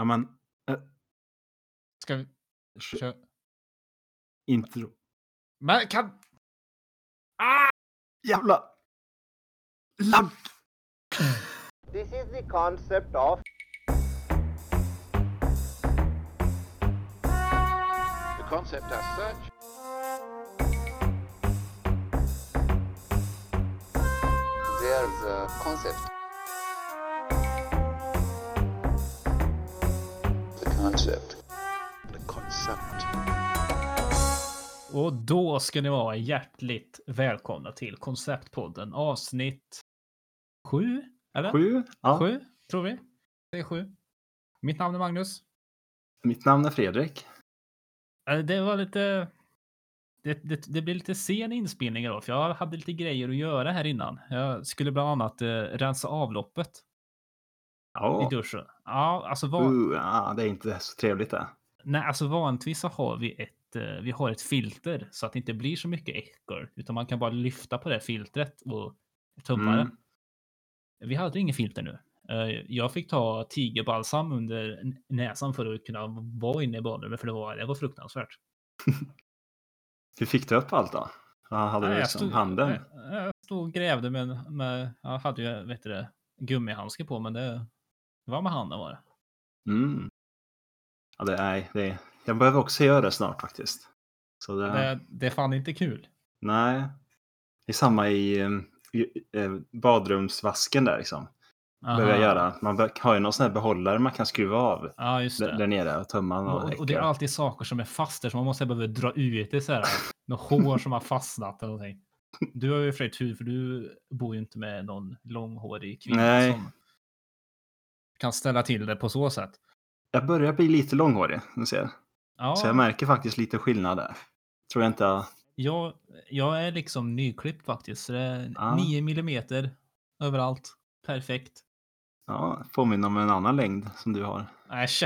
Ja, men Ska vi köra? intro. Men kan... Jävla lag. This is the concept of The concept as such there's a concept. the concept. The concept. Och då ska ni vara hjärtligt välkomna till Konceptpodden avsnitt 7, eller? 7. Ja. 7, tror vi. Det är 7. Mitt namn är Magnus. Mitt namn är Fredrik. Det var lite... Det blev lite sen inspelning då, för jag hade lite grejer att göra här innan. Jag skulle bland annat rensa avloppet i Ja. duschen. Ja, alltså Ja, det är inte så trevligt det. nej, alltså vanligtvis så har vi har ett filter så att det inte blir så mycket äckel, utan man kan bara lyfta på det filtret och tumma det. Vi hade ingen filter nu. Jag fick ta tigerbalsam under näsan för att kunna vara inne i badrummet, för det var fruktansvärt. Hur fick du upp allt då? Ja, hade du liksom handen? Jag stod och grävde jag hade ju, gummihandske på, men det var med handen var det. Mm. Ja, jag behöver också göra det snart faktiskt. Så Det är fan inte kul. Nej. Det är samma i badrumsvasken där liksom. Behöver jag göra. Man har ju någon sån här behållare man kan skruva av. Ja, just det. Där nere och tömma Och det är alltid saker som är fasta, så man måste behöva dra ut det så här. Något hår som har fastnat eller någonting. Du har ju för tur, för du bor ju inte med någon långhårig kvinna. Nej. Som kan ställa till det på så sätt. Jag börjar bli lite långhårig, du ser. Ja, Så jag märker faktiskt lite skillnad där. Tror jag inte... jag är liksom nyklippt faktiskt. Så det är Ja. 9 millimeter överallt. Perfekt. Ja, påminner om en annan längd som du har. Äsch.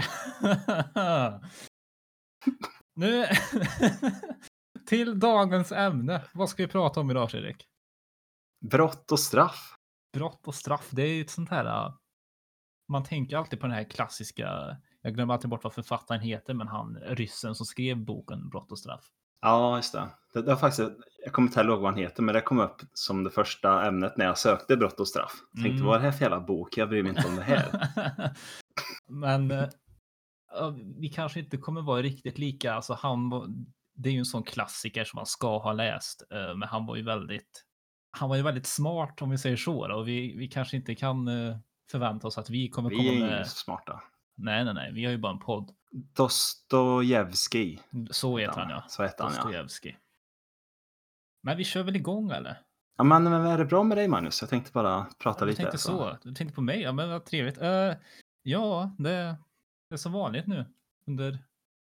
Nu till dagens ämne. Vad ska vi prata om idag, Fredrik? Brott och straff. Brott och straff, det är ju ett sånt här... Man tänker alltid på den här klassiska... Jag glömmer alltid bort vad författaren heter, men han ryssen som skrev boken Brott och straff. Ja, just det. Det var faktiskt, jag kommer inte ihåg vad han heter, men det kom upp som det första ämnet när jag sökte brott och straff. Jag tänkte, vad är det här för jävla bok? Jag bryr mig inte om det här. Men vi kanske inte kommer vara riktigt lika. Alltså det är ju en sån klassiker som man ska ha läst. Men han var ju väldigt smart, om vi säger så. Och vi kanske inte kan förvänta oss att vi kommer komma med... Vi är inte smarta. Nej. Vi har ju bara en podd. Dostojevskij. Så heter han, ja. Så heter han, ja. Dostojevskij. Men vi kör väl igång, eller? Ja, men vad är det bra med dig, Magnus? Jag tänkte bara prata lite. Du tänkte så. Du tänkte på mig? Ja, men vad trevligt. Ja, det är som vanligt nu. Under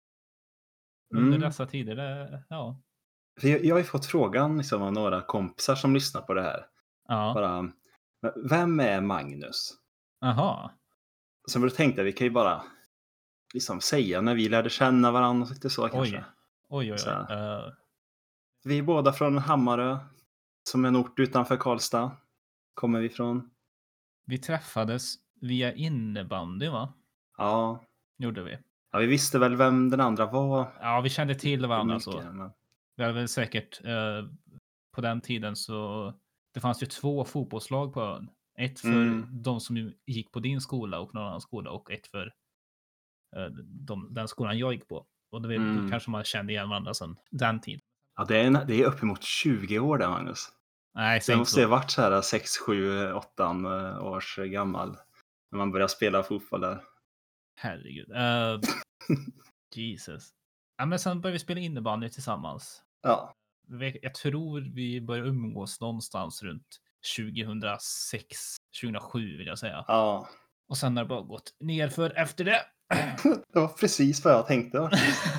dessa tider. Ja. För jag har ju fått frågan liksom, av några kompisar som lyssnar på det här. Ja. Bara, vem är Magnus? Aha. Så då tänkte jag, vi kan ju bara liksom säga när vi lärde känna varandra och lite så kanske. Oj. Så, vi är båda från Hammarö, som är en ort utanför Karlstad. Kommer vi från? Vi träffades via innebandy, va? Ja. Gjorde vi. Ja, vi visste väl vem den andra var. Ja, vi kände till varandra mycket, så. Men... Vi hade väl säkert på den tiden så det fanns ju 2 fotbollslag på ön. Ett för de som gick på din skola och någon annan skola, och ett för den skolan jag gick på. Och då kanske man kände igen varandra sedan den tiden. Ja, det är uppemot 20 år där, Magnus. Nej, det måste ha varit så här 6, 7, 8 års gammal när man började spela fotboll där. Herregud. Jesus. Ja, men sen började vi spela innebandy tillsammans. Ja. Jag tror vi började umgås någonstans runt 2006, 2007 vill jag säga. Ja. Och sen har det bara gått nerför efter det. Det var precis vad jag tänkte.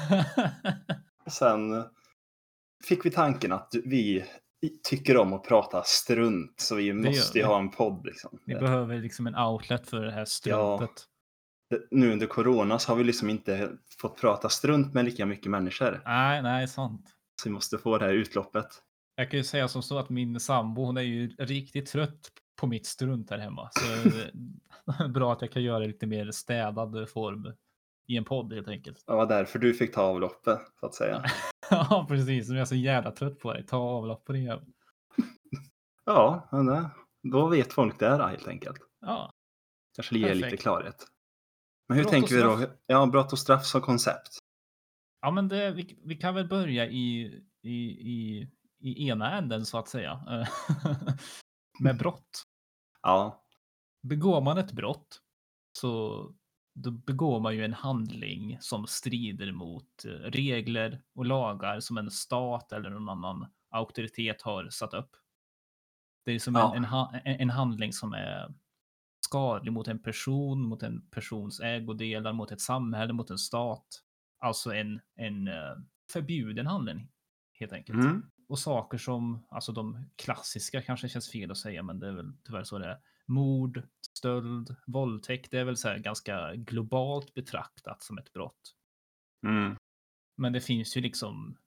Sen fick vi tanken att vi tycker om att prata strunt, så vi måste ju ha en podd liksom. Vi behöver liksom en outlet för det här struntet. Ja. Nu under corona så har vi liksom inte fått prata strunt med lika mycket människor. Nej, sant. Så vi måste få det här utloppet. Jag kan ju säga som så att min sambo, hon är ju riktigt trött på mitt strunt här hemma. Så bra att jag kan göra lite mer städad form i en podd helt enkelt. Det var därför du fick ta avloppet, så att säga. Ja, precis. Jag är så jävla trött på det. Ta avlopp på det jävla. Ja, men då vet folk det här helt enkelt. Ja, Kanske ger lite perfekt. klarhet. Men hur Brott tänker vi och då? Ja, brott och straff som koncept. Ja, men vi kan väl börja i ena änden så att säga. Med brott. Ja, Begår man ett brott så då begår man ju en handling som strider mot regler och lagar som en stat eller någon annan auktoritet har satt upp. Det är som Ja. en handling som är skadlig mot en person, mot en persons ägodelar, mot ett samhälle, mot en stat. Alltså en förbjuden handling helt enkelt. Mm. Och saker som, alltså de klassiska kanske känns fel att säga, men det är väl tyvärr så det är. Mord, stöld, våldtäkt, det är väl så här ganska globalt betraktat som ett brott. Mm. Men det finns ju liksom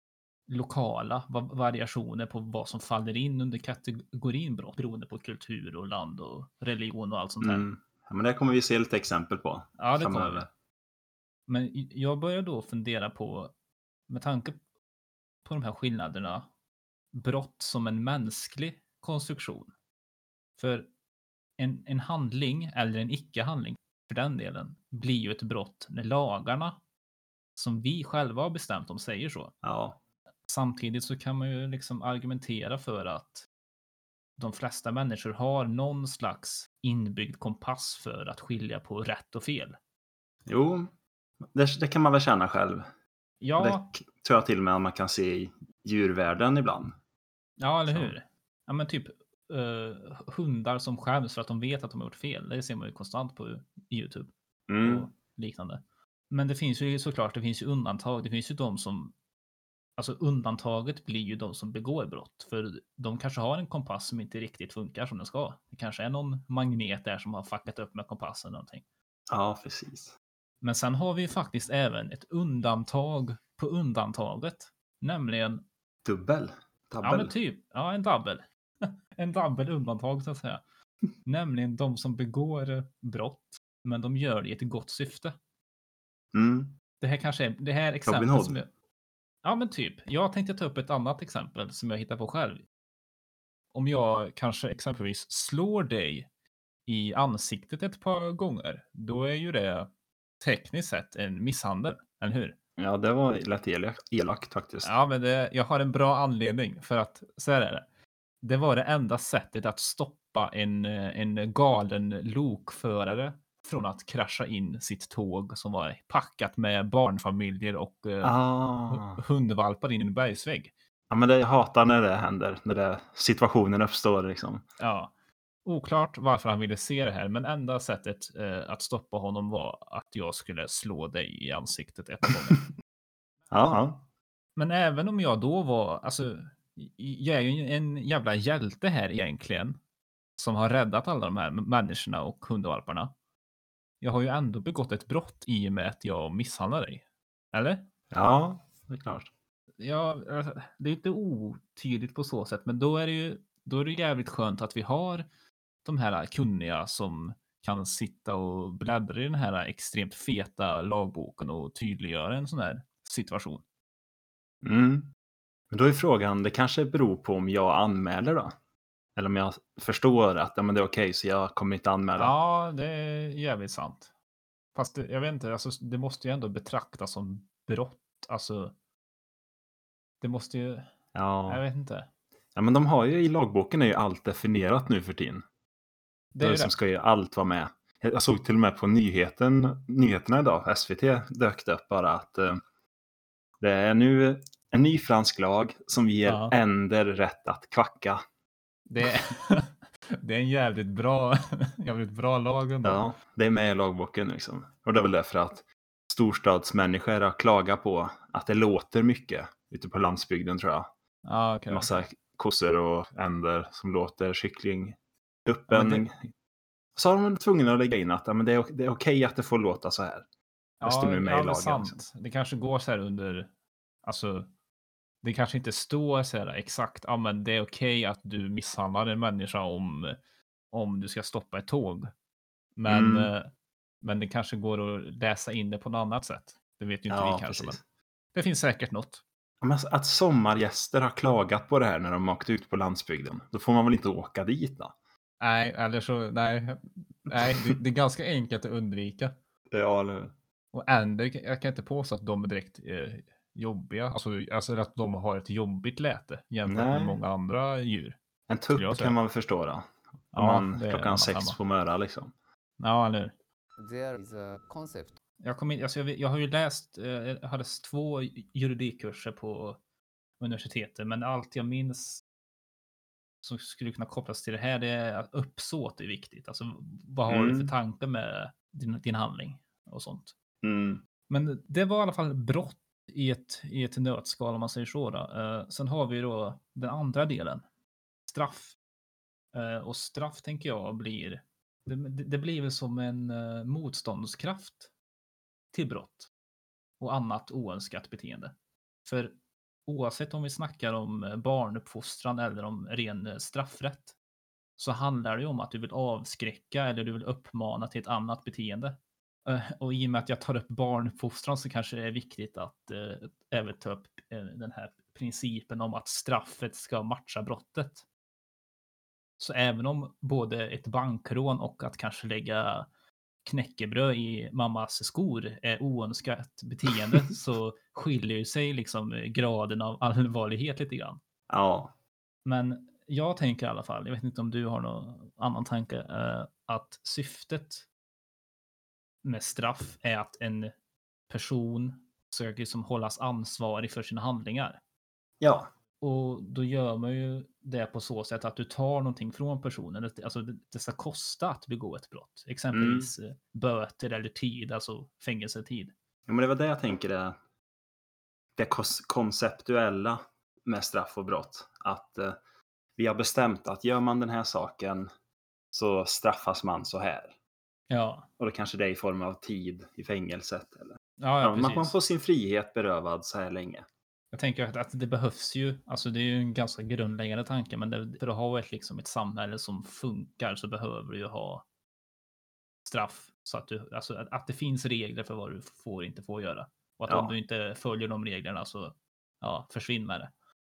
lokala variationer på vad som faller in under kategorin brott beroende på kultur och land och religion och allt sånt där. Mm. Ja, men det kommer vi se lite exempel på. Ja, det framöver. kommer vi. Men jag börjar då fundera på, med tanke på de här skillnaderna, brott som en mänsklig konstruktion. För en handling eller en icke-handling för den delen blir ju ett brott när lagarna som vi själva har bestämt om säger så. Ja. Samtidigt så kan man ju liksom argumentera för att de flesta människor har någon slags inbyggd kompass för att skilja på rätt och fel. Jo, det kan man väl känna själv. Ja, Det tror jag till och med att man kan se i djurvärlden ibland. ja, eller Så. hur? Ja, men typ hundar som skäms för att de vet att de har gjort fel. Det ser man ju konstant på YouTube Mm. och liknande. Men det finns ju såklart, det finns ju undantag. Det finns ju de som, alltså undantaget blir ju de som begår brott. För de kanske har en kompass som inte riktigt funkar som den ska. Det kanske är någon magnet där som har fuckat upp med kompassen eller någonting. Ja, precis. Men sen har vi ju faktiskt även ett undantag på undantaget. Nämligen, Dubbel. ja men typ, ja en dubbel. En dubbel undantag så att säga. Nämligen de som begår brott, men de gör det i ett gott syfte. Mm. Det här kanske är, det här Robin exempel Hood. som jag, ja men typ, jag tänkte ta upp ett annat exempel som jag hittar på själv. Om jag kanske exempelvis slår dig i ansiktet ett par gånger, då är ju det tekniskt sett en misshandel, eller hur? Ja, det var lätt elakt faktiskt. Ja, men jag har en bra anledning för att så här är det. Det var det enda sättet att stoppa en galen lokförare från att krascha in sitt tåg som var packat med barnfamiljer och hundvalpar in i en bergsvägg. Ja, men jag hatar när det händer, när det situationen uppstår liksom. Ja, oklart varför han ville se det här, men enda sättet att stoppa honom var att jag skulle slå dig i ansiktet ett par gånger. Ja. Men även om jag då var, alltså, jag är ju en jävla hjälte här egentligen. Som har räddat alla de här människorna och hundvalparna. Jag har ju ändå begått ett brott i och med att jag misshandlar dig. Eller? Ja, det är klart. Ja, det är lite otydligt på så sätt, men då är det jävligt skönt att vi har de här kunniga som kan sitta och bläddra i den här extremt feta lagboken och tydliggöra en sån här situation. Mm. Men då är frågan, det kanske beror på om jag anmäler då? Eller om jag förstår att men det är okej, så jag kommer inte anmäla. Ja, det är jävligt sant. Fast jag vet inte, alltså, det måste ju ändå betraktas som brott. Alltså, det måste ju... Ja. Jag vet inte. Ja, men de har ju i lagboken är ju allt definierat nu för tiden. Det är ju som det. ska ju allt vara med. Jag såg till och med på nyheterna idag, SVT dök det upp bara att det är nu en ny fransk lag som ger änder rätt att kvacka. Det är en jävligt bra lag ändå. Ja, det är med i lagboken liksom. Och det är väl därför att storstadsmänniskor har klagat på att det låter mycket ute på landsbygden, tror jag. Ja, okay. Massa kossor och änder som låter kyckling öppen. Så har de tvungna att lägga in att men det är okej att det får låta så här. Det står nu med i lagen. Sant. Liksom. Det kanske går så här under, alltså det kanske inte står så här exakt, men det är okej att du misshandlar en människa om du ska stoppa ett tåg. Men Men det kanske går att läsa in det på något annat sätt. Det vet ju inte vi kanske. Precis. Men det finns säkert något. Men att sommargäster har klagat på det här när de åkt ut på landsbygden, då får man väl inte åka dit då? Nej, eller så, nej, det är ganska enkelt att undvika. Ja, eller... Och ändå, jag kan inte påstå att de är direkt jobbiga. Alltså att de har ett jobbigt läte jämfört med många andra djur. En tupp kan man väl förstå då. Om man klockan 6 på Möra liksom. Ja, eller There is a concept. Jag har ju läst, jag hade 2 juridikkurser på universitetet, men allt jag minns som skulle kunna kopplas till det här, det är att uppsåt är viktigt. Alltså vad har du för tanke med din handling och sånt. Men det var i alla fall brott i ett nötskal om man säger så då. Sen har vi då den andra delen. Straff. Och straff tänker jag blir det blir väl som en motståndskraft till brott och annat oönskat beteende. För oavsett om vi snackar om barnuppfostran eller om ren straffrätt så handlar det ju om att du vill avskräcka eller du vill uppmana till ett annat beteende. Och i och med att jag tar upp barnuppfostran så kanske det är viktigt att även ta upp den här principen om att straffet ska matcha brottet. Så även om både ett bankrån och att kanske lägga knäckebröd i mammas skor är oönskat beteende så skiljer sig liksom graden av allvarlighet lite grann. Ja. Men jag tänker i alla fall, jag vet inte om du har någon annan tanke, att syftet med straff är att en person ska liksom hållas ansvarig för sina handlingar. Ja. Och då gör man ju det på så sätt att du tar någonting från personen. Alltså det ska kosta att begå ett brott. Exempelvis böter eller tid, alltså fängelsetid. Ja, men det var det jag tänker det konceptuella med straff och brott. Att vi har bestämt att gör man den här saken så straffas man så här. Ja. Och då kanske det är i form av tid i fängelset. Eller... Ja, man får sin frihet berövad så här länge. Jag tänker att det behövs ju, alltså det är ju en ganska grundläggande tanke, men för att ha ett samhälle som funkar så behöver du ju ha straff. Så att att det finns regler för vad du får och inte får göra. Och att om du inte följer de reglerna så försvinn med det.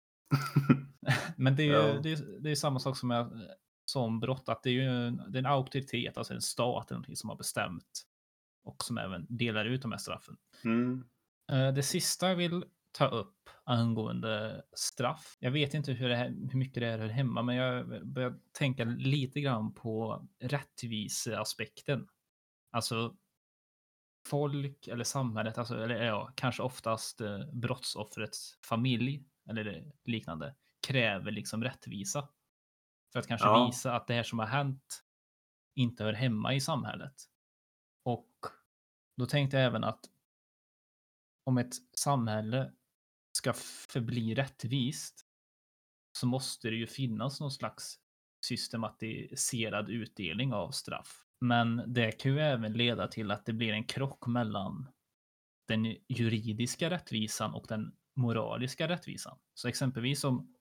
Men det är samma sak som brott, att det är ju en auktoritet, alltså en stat eller någonting som har bestämt och som även delar ut de här straffen. Det sista jag vill ta upp angående straff. Jag vet inte hur mycket det är här hemma, men jag börjar tänka lite grann på rättviseaspekten. Alltså folk eller samhället, alltså, eller kanske oftast brottsoffrets familj eller liknande kräver liksom rättvisa. För att kanske visa att det här som har hänt inte hör hemma i samhället. Och då tänkte jag även att om ett samhälle ska förbli rättvist så måste det ju finnas någon slags systematiserad utdelning av straff. Men det kan ju även leda till att det blir en krock mellan den juridiska rättvisan och den moraliska rättvisan. Så exempelvis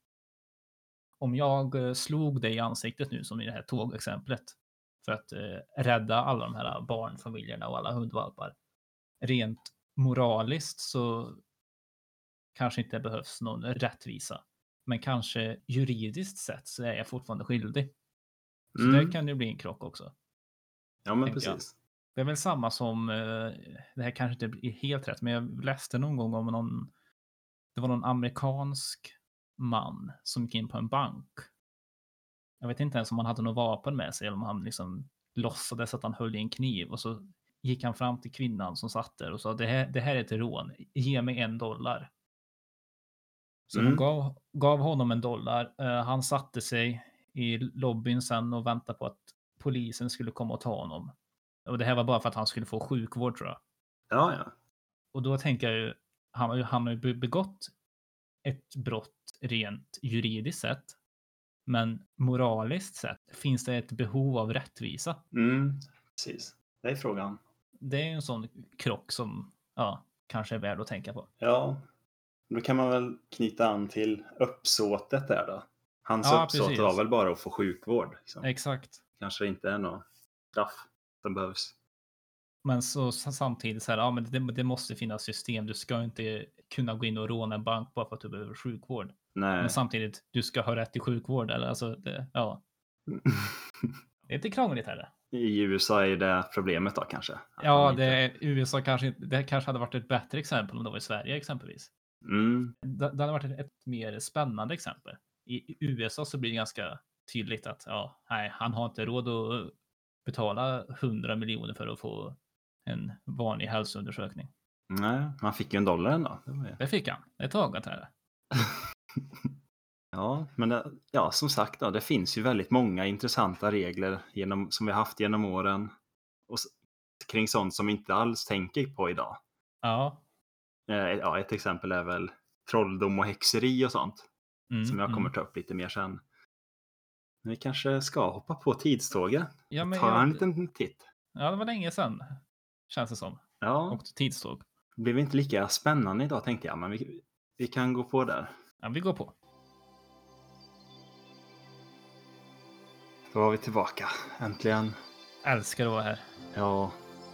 om jag slog dig i ansiktet nu som i det här tågexemplet för att rädda alla de här barnfamiljerna och alla hundvalpar. Rent moraliskt så kanske inte behövs någon rättvisa. Men kanske juridiskt sett så är jag fortfarande skyldig. Så där kan det bli en krock också. Ja, men precis. Det är väl samma som, det här kanske inte är helt rätt, men jag läste någon gång om det var någon amerikansk man som gick in på en bank. Jag vet inte ens om han hade något vapen med sig eller om han liksom låtsades att han höll i en kniv och så gick han fram till kvinnan som satt där och sa det här är ett rån, ge mig $1. Så hon gav honom $1. Han satte sig i lobbyn sen och väntade på att polisen skulle komma och ta honom. Och det här var bara för att han skulle få sjukvård tror jag. Ja. Och då tänker jag ju, han har ju begått ett brott rent juridiskt sett. Men moraliskt sett finns det ett behov av rättvisa. Precis. Det är frågan. Det är en sån krock som kanske är värd att tänka på. Ja, då kan man väl knyta an till uppsåtet där då. Hans uppsåt var väl bara att få sjukvård. Liksom. Exakt. Kanske inte är något straff som behövs. Men så samtidigt så här, ja, men det måste finnas system. Du ska inte kunna gå in och råna en bank bara för att du behöver sjukvård. Nej. Men samtidigt, du ska ha rätt till sjukvård. Eller alltså, ja. Det är inte krångligt heller. I USA är det problemet då kanske. Ja, USA det kanske hade varit ett bättre exempel om det var i Sverige exempelvis. Det hade varit ett mer spännande exempel. I USA så blir det ganska tydligt att nej, han har inte råd att betala 100 miljoner för att få en vanlig hälsoundersökning. Nej, man fick ju $1 ändå. Det fick han. Ett tag att det. Ja, men som sagt då, det finns ju väldigt många intressanta regler som vi har haft genom åren och kring sånt som vi inte alls tänker på idag. Ja. Ett exempel är väl trolldom och häxeri och sånt som jag kommer ta upp lite mer sen. Men vi kanske ska hoppa på tidståget. Ta en liten titt. Ja, det var länge sedan, känns det som. Ja. Och tidståg. Det blev inte lika spännande idag tänkte jag, men vi kan gå på där. Ja, vi går på. Då var vi tillbaka, äntligen. Älskar att vara här. Ja.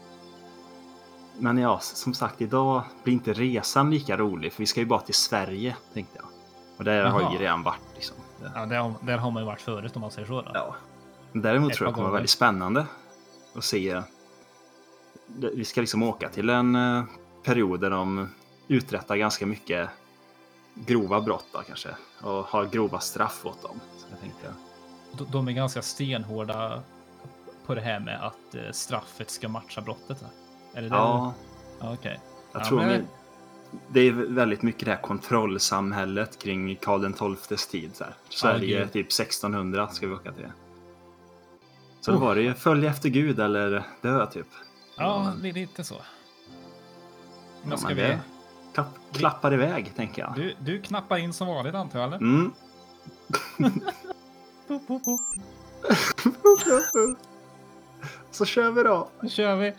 Men som sagt, idag blir inte resan lika rolig, för vi ska ju bara till Sverige, tänkte jag. Och där har ju redan varit liksom. Ja, där har man ju varit förut om man säger så då. Ja. Däremot tror jag det kommer vara väldigt spännande att se. Vi ska liksom åka till en period där de uträttar ganska mycket grova brott då, kanske. Och har grova straff åt dem. Så jag tänkte... De är ganska stenhårda på det här med att straffet ska matcha brottet. Är det det? Ja. Okej. Jag tror det är väldigt mycket det här kontrollsamhället kring Karl XII:s tid. Så här. Sverige typ 1600 ska vi åka till. Så då var det ju följ efter Gud eller dö typ. Ja, det är lite så. Men ska vi... klappar iväg, tänker jag. Du knappar in som vanligt, antar jag, eller? Mm. Så kör vi då. Nu kör vi.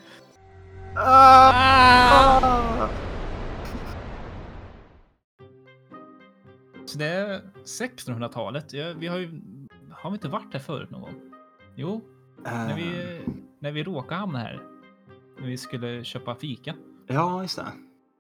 Så det är 1600-talet. Vi har vi inte varit här förut någon gång? Jo, när vi råkade hamna här. När vi skulle köpa fika. Ja, just det.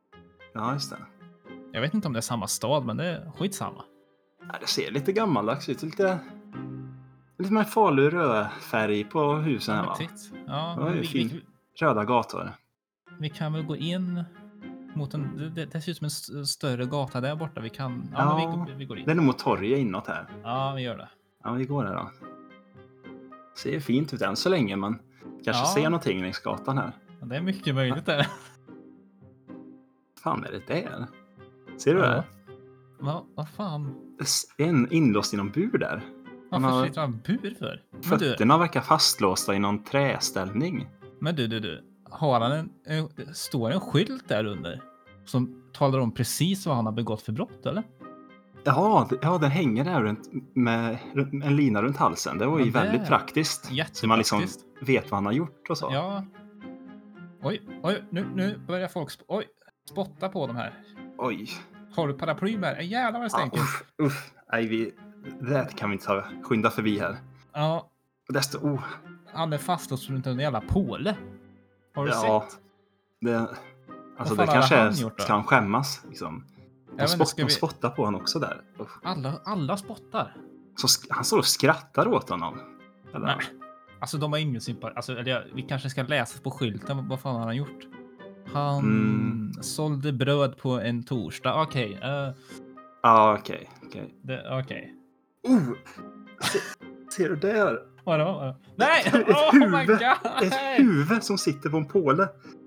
Jag vet inte om det är samma stad, men det är skitsamma. Ja, det ser lite gammaldags ut. Lite med faluröd färg på husen här, va? Ja, röda gator. Vi kan väl gå in mot det ser ut som en större gata där borta. Vi kan... men vi går in. Det är nog mot torget inåt här. Ja, vi gör det. Ja, vi går här då. Ser fint ut än så länge, men kanske ser någonting längs gatan här. Ja, det är mycket möjligt där. Fan är det där? Ser du det? Vad fan? Det är en inlåst i någon bur där. Varför sitter han bur för? Fötterna verkar fastlåsta i någon träställning. Men du. Har han står en skylt där under som talar om precis vad han har begått för brott, eller? Ja, den hänger där med en lina runt halsen. Det var ju väldigt praktiskt. Så man liksom vet vad han har gjort och så. Ja. Oj, nu börjar folk spotta på de här. Oj. Har du paraply med? Jävlar vad det stänker. Nej, det kan vi inte skynda förbi här. Ja. Han är fastlåst runt en jävla påle. Har du sett? Det kanske ska han skämmas. Liksom. De spottar på honom också där. Alla spottar. Så han står och skrattar åt honom. Eller? Nej. Alltså de har ingen sympati. Vi kanske ska läsa på skylten vad fan han har gjort. Han sålde bröd på en torsdag. Okej. Okej. Okej. Ser du där? Vadå? Nej! My God! Ett huvud som sitter på en påle.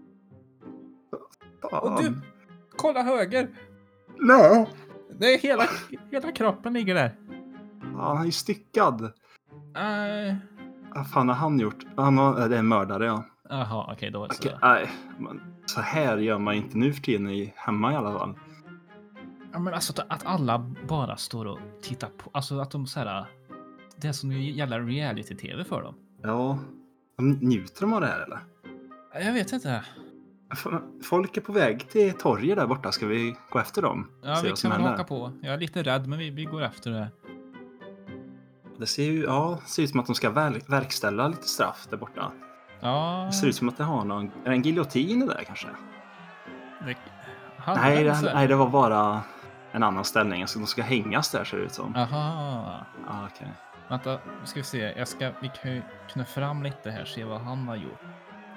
Och du, kolla höger! Nej! Det är hela kroppen ligger där. Ja, han är ju styckad. Vad fan har han gjort? Det är en mördare, ja. Jaha, okej, då är det så. Nej, men så här gör man inte nu för tiden hemma i alla fall. Ja, men alltså att alla bara står och tittar på. Alltså att de så här... Det är som gäller reality-tv för dem. Ja. Njuter de av det här, eller? Jag vet inte. Folk är på väg till torget där borta. Ska vi gå efter dem? Ja, vi kan haka på. Jag är lite rädd, men vi går efter det. Det ser ut som att de ska verkställa lite straff där borta. Ja. Det ser ut som att det har någon... Är det en giljotin där kanske? Nej, Det var bara en annan ställning. Alltså, de ska hängas där ser det ut som. Aha. Ah, okej. Vänta, nu ska vi se. Vi kan ju knuffa fram lite här, se vad han har gjort.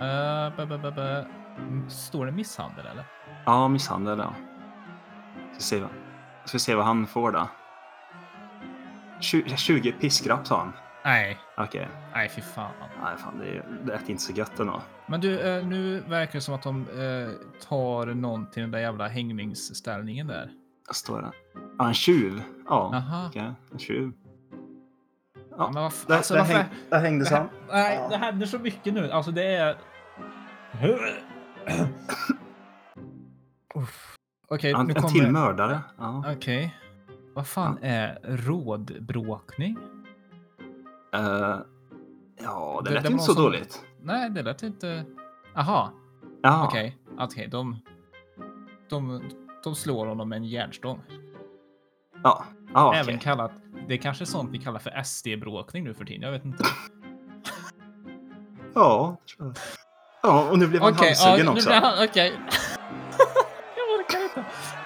Står det misshandel eller? Ja, misshandel, ja. Ska se vad han får då. 20 piskrapp sa han. Nej. Okej. Nej, fy fan. Nej, fan, det är inte så gött ändå. Men du, nu verkar det som att de tar någon till den där jävla hängningsställningen där. Vad står det? Ja, en tjuv. Ja, Aha. okej. En tjuv. Ja, men Där hängdes han. Nej, det händer så mycket nu. Alltså det är... Okej, nu En kommer... till mördare. Ja. Okej. Vad fan är rådbråkning? Ja, det Det lät var inte så någon som- dåligt. Nej, det lät inte... Aha, Ja, okej. De slår honom med en järnstång. ja, okej. Även kallat... Det är kanske sånt vi kallar för SD-bråkning nu för tiden. Jag vet inte. Ja, tror jag. Ja, och nu blev han halshuggen också. Okej. Jag orkar inte.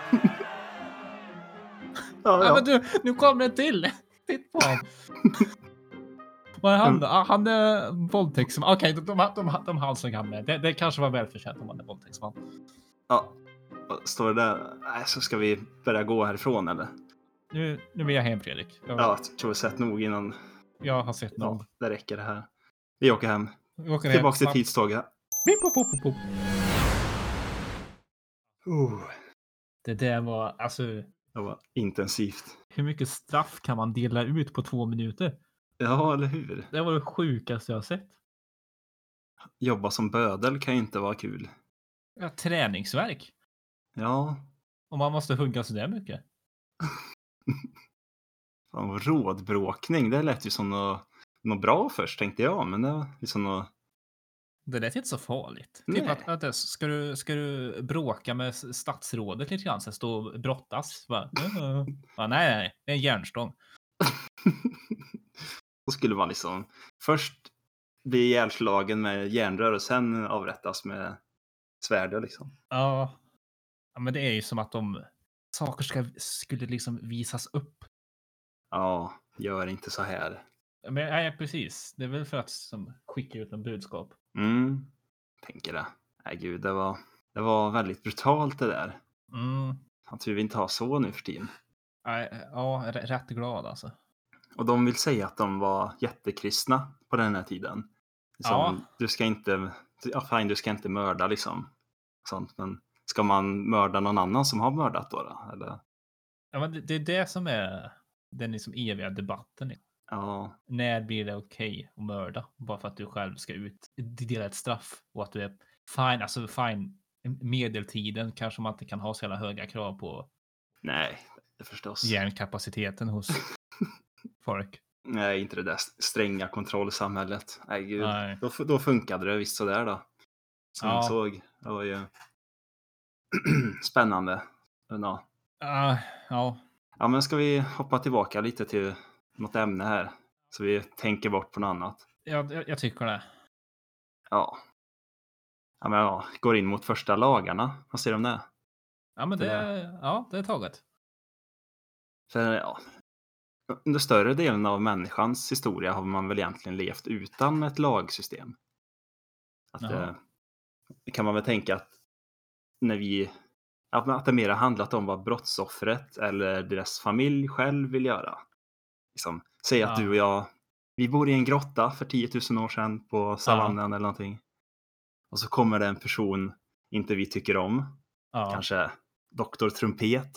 Ja, Ja, men du, nu kommer det till. Titta på honom. Vad är han då? Han är våldtäktsman. Okej, de halshögg han med. Det kanske var välförtjänt om han är våldtäktsman. Ja. Står det där? Nej, så ska vi börja gå härifrån eller? Nu vill jag hem, Fredrik. Ja, jag tror vi sett nog innan. Jag har sett nog. Ja, det räcker det här. Vi åker hem. Vi åker hem Tillbaka till snabbt. tidståget. Pip, pop, pop, pop. Det där var, alltså, Det var intensivt. hur mycket straff kan man dela ut på 2 minuter? Ja, eller hur? Det var det sjukaste jag har sett. Jobba som bödel kan ju inte vara kul. Ja, träningsverk. Ja, Om man måste hugga så där mycket. fan, vad rådbråkning. Det lät ju som något bra först tänkte jag. Men det var liksom något... Det lät inte så farligt. Nej. Typ att ska du bråka med statsrådet lite grann, så stå och brottas. Nej, det är en järnstång. Då skulle man liksom först bli ihjälslagen med järnrör och sen avrättas med svärd liksom. Ja, men det är ju som att saker skulle liksom visas upp. Ja, gör inte så här. Men nej, precis. Det är väl för att skicka ut en budskap. Tänker det. Nej gud, det var väldigt brutalt det där. Att vi inte ha så nu för tiden. Nej, ja, rätt glad alltså. Och de vill säga att de var jättekristna på den här tiden. Ja. Du ska inte mörda liksom. Sånt, men ska man mörda någon annan som har mördat då? Eller? Ja, men det är det som är den liksom eviga debatten. Ja. När blir det okej att mörda? Bara för att du själv ska dela ett straff. Och att du är fine. Alltså fine. Medeltiden kanske man inte kan ha så jävla höga krav på. Nej, det förstås. Hjärnkapaciteten hos folk. Nej, inte det där stränga kontrollsamhället. Nej, gud. Nej. Då funkade det visst sådär då. Som jag såg. Det var ju spännande. Ja. Ja. Ja, men ska vi hoppa tillbaka lite till något ämne här? Så vi tänker bort på något annat. Jag tycker det. Ja. Ja, men ja, går in mot första lagarna. Vad säger du om det? Ja, men det är taget. För ja, under större delen av människans historia har man väl egentligen levt utan ett lagsystem. Det kan man väl tänka att att det mer har handlat om vad brottsoffret eller deras familj själv vill göra. Liksom, säg att du och jag, vi bor i en grotta för 10 000 år sedan på savannen eller någonting. Och så kommer det en person inte vi tycker om. Kanske Dr. Trumpet.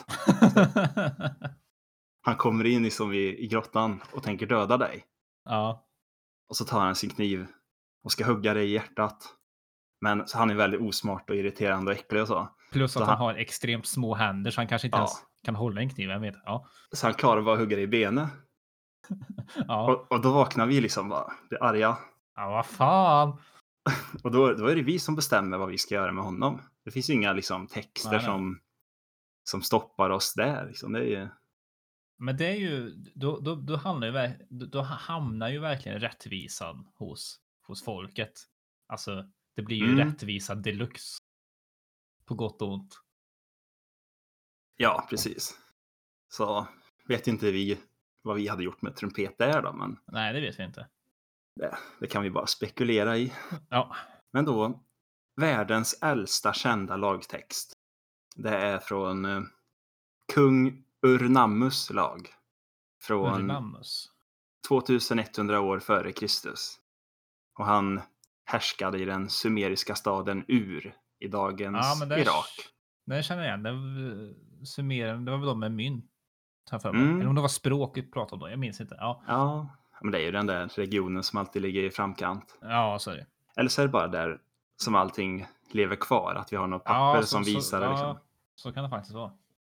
Han kommer in liksom i grottan och tänker döda dig. Ja. Och så tar han sin kniv och ska hugga dig i hjärtat. Men så han är väldigt osmart och irriterande och äcklig och så. Plus så att han har extremt små händer så han kanske inte ens kan hålla en kniv. Jag vet. Ja. Så han klarar bara att hugga dig i benet. Och då vaknar vi liksom bara, blir arga. Ja, vad fan. Och då är det vi som bestämmer vad vi ska göra med honom. Det finns inga liksom texter som stoppar oss där. Liksom. Det är ju... Men det är ju, då hamnar ju verkligen rättvisan hos folket. Alltså, det blir ju rättvisa deluxe. På gott och ont. Ja, precis. Så vet inte vi vad vi hade gjort med trumpet där då, men Nej, det vet vi inte. det kan vi bara spekulera i. Ja. Men då, världens äldsta kända lagtext. Det är från kung Urnammus lag. Från Urnammus. 2100 år före Kristus. Och han härskade i den sumeriska staden Ur i dagens Irak. Den känner jag igen. Det var väl de med mynt. Eller om det var språket pratade om. Jag minns inte. Ja, men det är ju den där regionen som alltid ligger i framkant. Ja, så är det. Eller så är det bara där som allting lever kvar. Att vi har något papper som visar det. Liksom. Så kan det faktiskt vara.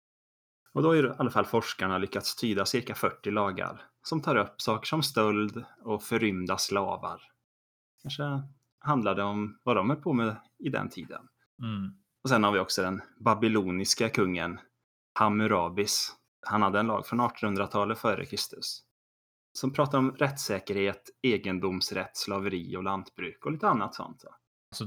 Och då har i alla fall forskarna lyckats tyda cirka 40 lagar som tar upp saker som stöld och förrymda slavar. Kanske handlade om vad de är på med i den tiden. Och sen har vi också den babyloniska kungen Hammurabis. Han hade en lag från 1800-talet före Kristus. Som pratar om rättssäkerhet, egendomsrätt, slaveri och lantbruk och lite annat sånt. Alltså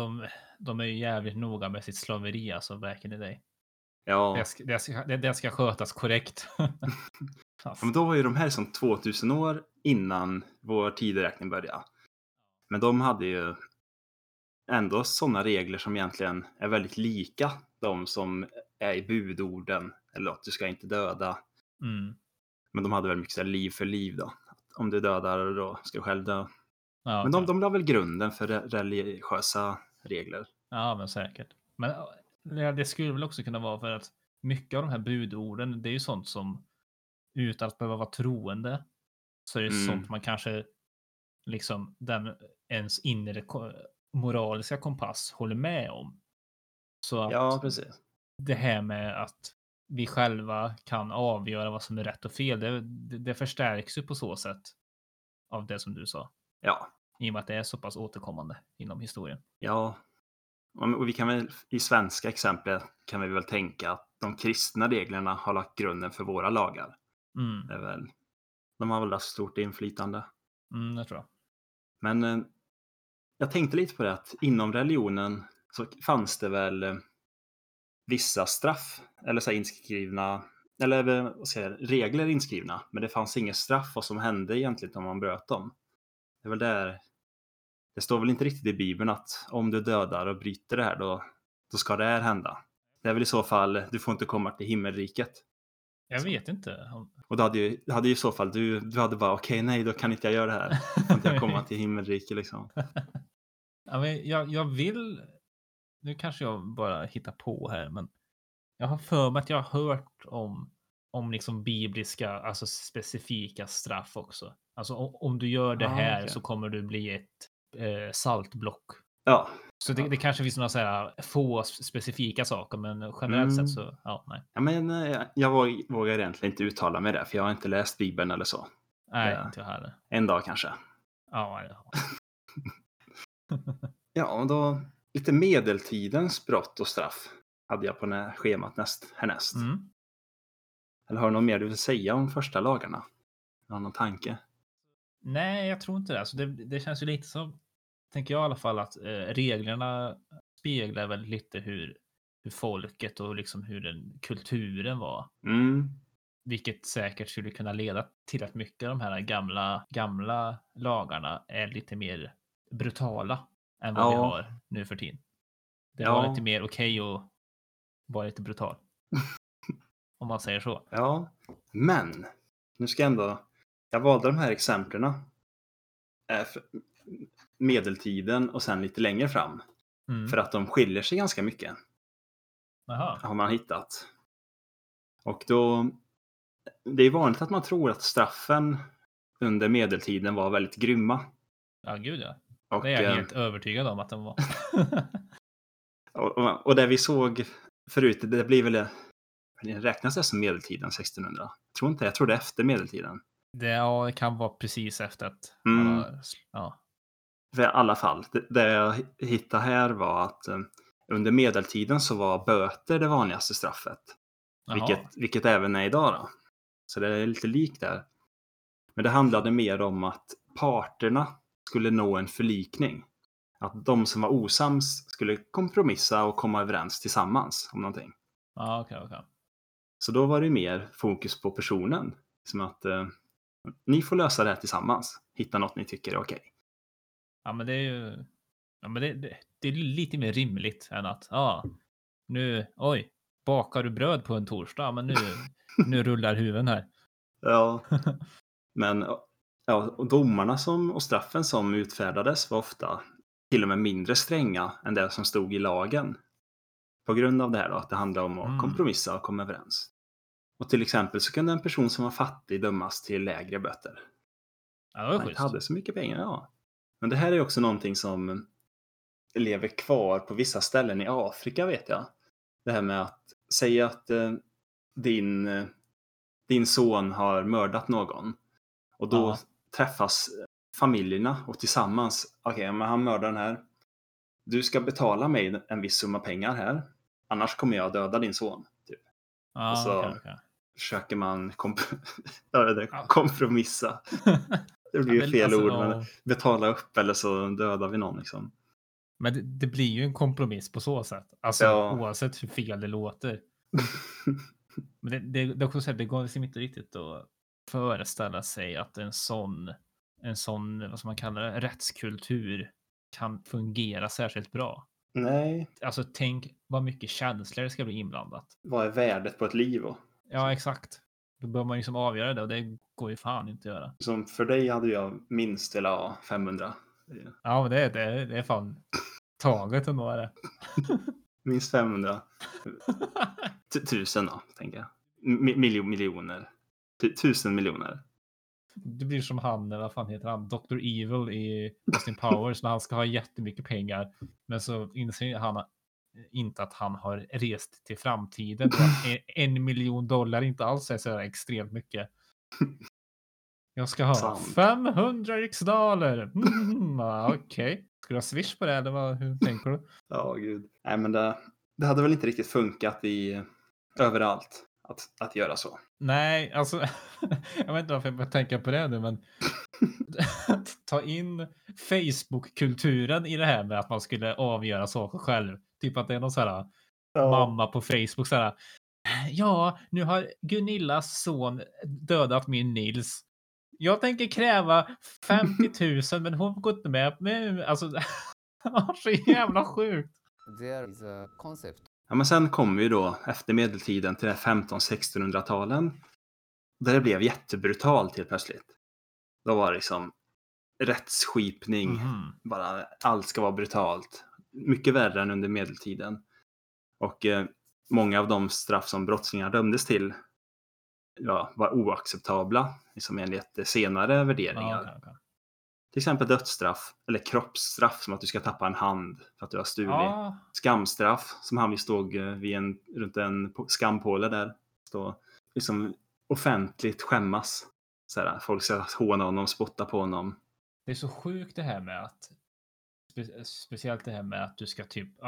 de är ju jävligt noga med sitt slaveri, alltså back in the day. Ja. Det ska skötas korrekt. Alltså. Men då var ju de här som 2000 år innan vår tideräkning började. Men de hade ju ändå sådana regler som egentligen är väldigt lika de som är i budorden. Eller att du ska inte döda. Men de hade väl mycket så här liv för liv då. Om du dödar då ska du själv dö. Ja, men de la väl grunden för religiösa regler. Ja, men säkert. Men det skulle väl också kunna vara för att mycket av de här budorden, det är ju sånt som utan att behöva vara troende så är det sånt man kanske liksom ens inre moraliska kompass håller med om. Så att ja, precis. Det här med att vi själva kan avgöra vad som är rätt och fel, det förstärks ju på så sätt av det som du sa. Ja. I och med att det är så pass återkommande inom historien. Ja. Och vi kan väl i svenska exemplet kan vi väl tänka att de kristna reglerna har lagt grunden för våra lagar. Det är väl, de har väl haft stort inflytande. Jag tror jag. Men jag tänkte lite på det att inom religionen så fanns det väl vissa straff eller så inskrivna eller vad ska jag säga, regler inskrivna, men det fanns inget straff vad som hände egentligen om man bröt dem. Det är väl där det står väl inte riktigt i Bibeln att om du dödar och bryter det här då ska det här hända. Det är väl i så fall du får inte komma till himmelriket. Jag vet inte. Och då hade ju i så fall du hade bara okej, nej, då kan inte jag göra det här. Då får inte jag komma till himmelriket liksom. Ja, men jag vill, nu kanske jag bara hittar på här, men jag har för mig att jag har hört om liksom bibliska, alltså specifika straff också. Alltså om du gör det här så kommer du bli ett saltblock. Ja. Så det kanske finns några så här få specifika saker, men generellt sett så, nej. Ja, men jag vågar egentligen inte uttala mig där, för jag har inte läst Bibeln eller så. Nej, inte jag heller. En dag kanske. Ja. Ja, och då lite medeltidens brott och straff hade jag på schemat härnäst. Eller har du något mer du vill säga om första lagarna? Har du någon tanke? Nej, jag tror inte det. Alltså det känns ju lite som, tänker jag i alla fall, att reglerna speglar väl lite hur folket och liksom hur den kulturen var. Vilket säkert skulle kunna leda till att mycket av de här gamla lagarna är lite mer brutala än vad vi har nu för tiden. Det var lite mer okej att vara lite brutal. Om man säger så. Ja, men nu ska jag valde de här exemplen medeltiden och sen lite längre fram. För att de skiljer sig ganska mycket. Aha. Har man hittat. Och då, det är vanligt att man tror att straffen under medeltiden var väldigt grymma. Ja, gud ja. Det är jag helt övertygad om att de var. och det vi såg förut, det blir väl, räknas det som medeltiden 1600? Jag tror det är efter medeltiden. Det kan vara precis efter att För i alla fall, det jag hittade här var att under medeltiden så var böter det vanligaste straffet. Vilket även är idag då. Så det är lite likt där. Men det handlade mer om att parterna skulle nå en förlikning. Att de som var osams skulle kompromissa och komma överens tillsammans om någonting. Ja, okej. Så då var det mer fokus på personen. Som att ni får lösa det här tillsammans. Hitta något ni tycker är okej. Ja, men det är ju... Ja, men det är lite mer rimligt än att... bakar du bröd på en torsdag? Men nu rullar huven här. Ja, men och domarna och straffen som utfärdades var ofta till och med mindre stränga än det som stod i lagen. På grund av det här då, att det handlar om att kompromissa och komma överens. Och till exempel så kunde en person som var fattig dömas till lägre böter. Ja, det var Man schysst. hade så mycket pengar, ja. Men det här är också någonting som lever kvar på vissa ställen i Afrika, vet jag. Det här med att säga att din son har mördat någon. Och då träffas familjerna och tillsammans, okej, men han mördar den här. Du ska betala mig en viss summa pengar här. Annars kommer jag döda din son. Typ. Och så försöker man kompromissa. Det blir ju fel ord, men betala upp eller så dödar vi någon liksom. Men det blir ju en kompromiss på så sätt. Alltså oavsett hur fel det låter. Men det går liksom inte riktigt att föreställa sig att en sån, vad ska man kalla det, rättskultur kan fungera särskilt bra. Nej. Alltså tänk vad mycket känslor det ska bli inblandat. Vad är värdet på ett liv då? Ja, exakt. Då bör man ju som avgöra det och det går ju fan inte att göra. Som för dig hade jag minst 500. Ja, men det är fan taget ändå är det. Minst 500. 1000 då, tänker jag. Miljoner. 1000 miljoner. Det blir som han, vad fan heter han? Dr. Evil i Austin Powers när han ska ha jättemycket pengar. Men så inser han inte att han har rest till framtiden. Och att $1 miljon inte alls är så extremt mycket. Jag ska ha 500 riksdaler. Okej. Ska du ha Swish på det eller hur tänker du? Ja, gud. Nej, men det hade väl inte riktigt funkat överallt att göra så. Nej, alltså jag vet inte varför jag börjar tänka på det nu, men att ta in Facebook-kulturen i det här med att man skulle avgöra saker själv. Typ att det är någon sån här mamma på Facebook så här. Ja, nu har Gunillas son dödat min Nils. Jag tänker kräva 50 000 men hon går inte med. Alltså, så jävla sjukt. There is a concept. Ja, men sen kom vi då efter medeltiden till 1500-1600-talen. Där det blev jättebrutalt helt plötsligt. Då var det liksom rättsskipning. Bara allt ska vara brutalt. Mycket värre än under medeltiden. Och många av de straff som brottslingar dömdes till var oacceptabla. Liksom enligt senare värderingar. Okay. Till exempel dödsstraff eller kroppsstraff som att du ska tappa en hand för att du har stulit. Skamstraff som han stod runt en skampåle där. Stå liksom offentligt skämmas. Såhär, folk ska håna honom, spotta på honom. Det är så sjukt det här med att speciellt det här med att du ska typ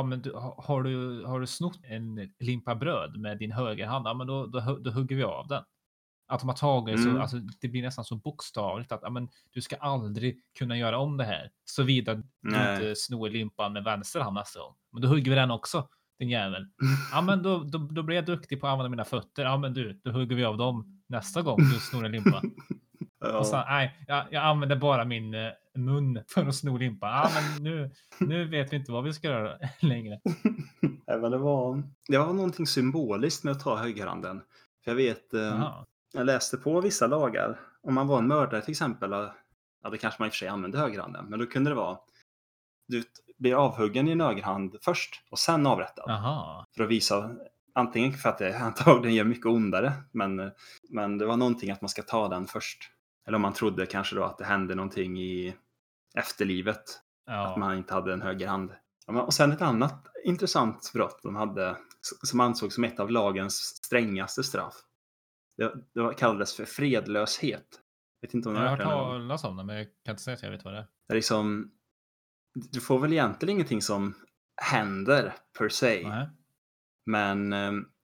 har du snott en limpa bröd med din högerhand, men då hugger vi av den. Att de har tagit så, alltså, det blir nästan så bokstavligt att du ska aldrig kunna göra om det här såvida du inte snor limpan med vänster hand nästa gång. Men då hugger vi den också, din jävel. Ja, men då blir jag duktig på att använda mina fötter. Ja, men då hugger vi av dem nästa gång du snor en limpa. Och så, nej, jag använder bara min mun för att sno limpa. Ja, men nu vet vi inte vad vi ska göra längre. Men det var någonting symboliskt med att ta högerhanden. För jag vet... Jag läste på vissa lagar. Om man var en mördare till exempel. Det kanske man i och för sig använde högerhanden. Men då kunde det vara. Du blir avhuggen i en högerhand först. Och sen avrättad. Aha. För att visa. Antingen för att det antagligen gör mycket ondare. Men det var någonting att man ska ta den först. Eller om man trodde kanske då att det hände någonting i efterlivet. Ja. Att man inte hade en högerhand. Och sen ett annat intressant brott de hade. Som ansågs som ett av lagens strängaste straff. Det kallades för fredlöshet. Vet inte om jag har hört talas om det, men jag kan inte säga att jag vet vad det är. Det är liksom, du får väl egentligen ingenting som händer per se. Nej. Men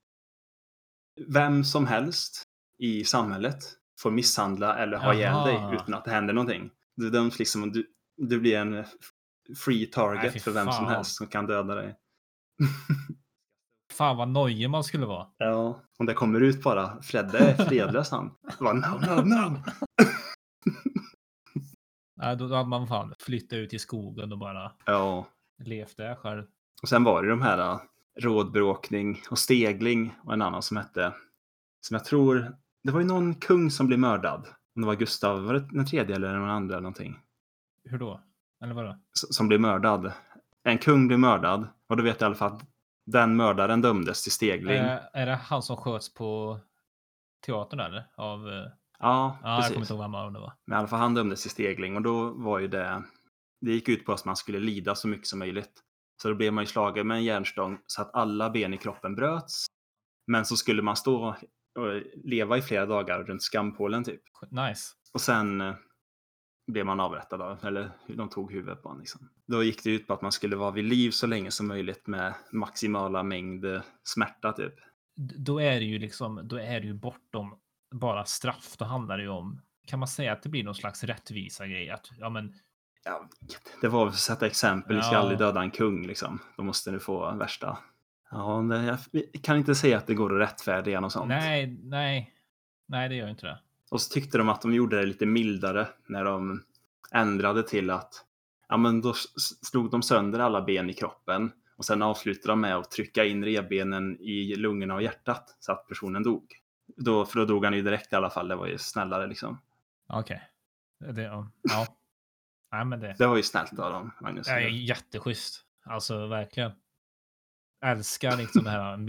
vem som helst i samhället får misshandla eller ha ihjäl dig utan att det händer någonting. Du döms liksom, du blir en free target Nej, för vem som fan. helst som kan döda dig. Fan vad nojig man skulle vara. Ja, om det kommer ut bara Fredde är fredlös han. Bara, no. Nej, då hade man fan flyttat ut i skogen och bara levt där själv. Och sen var det de här rådbråkning och stegling och en annan som hette, som jag tror, det var ju någon kung som blev mördad. Om det var Gustav, var det den tredje eller den andra eller någonting? Hur då? Eller vadå? Som blev mördad. En kung blev mördad och då vet jag i alla fall att den mördaren dömdes till stegling. Är det han som sköts på teatern eller? Ja, jag precis. kommer inte ihåg vem det var. Men i alla fall han dömdes till stegling och då var ju det gick ut på att man skulle lida så mycket som möjligt. Så då blev man ju slagen med en järnstång så att alla ben i kroppen bröts. Men så skulle man stå och leva i flera dagar runt skampålen typ. Nice. Och sen blev man avrättad av, eller de tog huvudet på honom liksom. Då gick det ut på att man skulle vara vid liv så länge som möjligt med maximala mängd smärta typ. Då är det ju liksom, då är det ju bortom bara straff. Då handlar det ju om, kan man säga att det blir någon slags rättvisa grej? Att, ja, men... Ja, det var för att sätta exempel, ni ska aldrig döda en kung liksom. Då måste du få värsta. Ja, jag kan inte säga att det går att rättfärdiga och sånt. Nej, det gör inte det. Och så tyckte de att de gjorde det lite mildare när de ändrade till att ja, men då slog de sönder alla ben i kroppen och sen avslutade de med att trycka in revbenen i lungorna och hjärtat så att personen dog. För då dog han ju direkt i alla fall, det var ju snällare liksom. Okej. Ja. Nej, men det var ju snällt av dem, Magnus. Det är jätteschysst. Alltså verkligen. Älskar liksom den här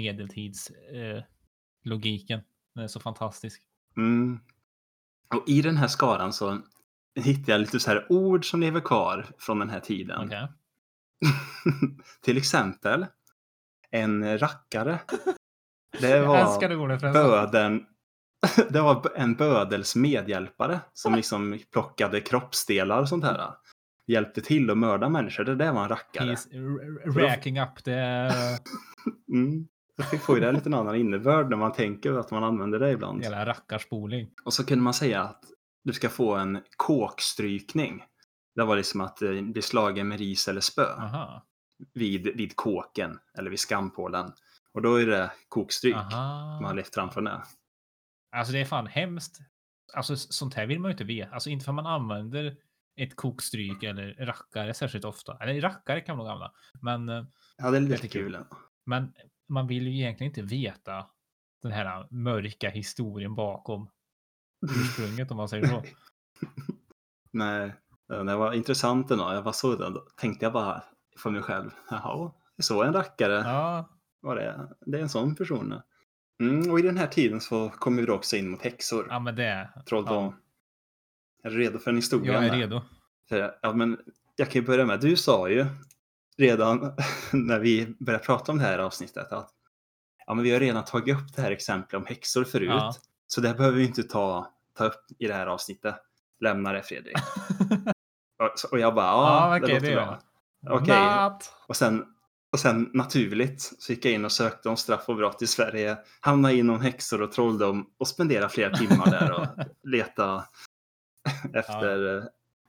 medeltidslogiken. Den är så fantastisk. Mm. Och i den här skaran så hittade jag lite så här ord som lever kvar från den här tiden. Okay. Till exempel en rackare. Det var böden. Det var en bödels medhjälpare som liksom plockade kroppsdelar och sånt här. Hjälpte till att mörda människor. Det var en rackare. Racking up det. Jag får ju det lite annan innebörd när man tänker att man använder det ibland. Hela rackarspoling. Och så kunde man säga att du ska få en kåkstrykning. Det var liksom att bli slagen med ris eller spö. Aha. Vid kåken eller vid skampålen. Och då är det kokstryk. Man har levt framför det. Alltså det är fan hemskt. Alltså sånt här vill man ju inte veta. Alltså inte för man använder ett kokstryk eller rackare särskilt ofta. Eller rackare kan man nog använda. Men ja, det är lite kul. Men man vill ju egentligen inte veta den här mörka historien bakom ursprunget om man säger så. Nej, det var intressant ändå. Jag var så då tänkte jag bara för mig själv. Jaha, så en rackare. Ja. Var det är en sån person. Och i den här tiden så kommer vi då också in mot häxor. Ja, men det. Trolldom. Är du redo för en historia? Jag är redo. Ja, men jag kan ju börja med. Du sa ju redan när vi började prata om det här avsnittet att ja, men vi har redan tagit upp det här exemplet om häxor förut. Ja. Så det behöver vi inte ta upp i det här avsnittet. Lämna det, Fredrik. och jag bara, okay, det låter bra. Okej. Och sen naturligt så gick jag in och sökte om straff och brott i Sverige. Hamnade inom häxor och trolldom och spendera flera timmar där och leta efter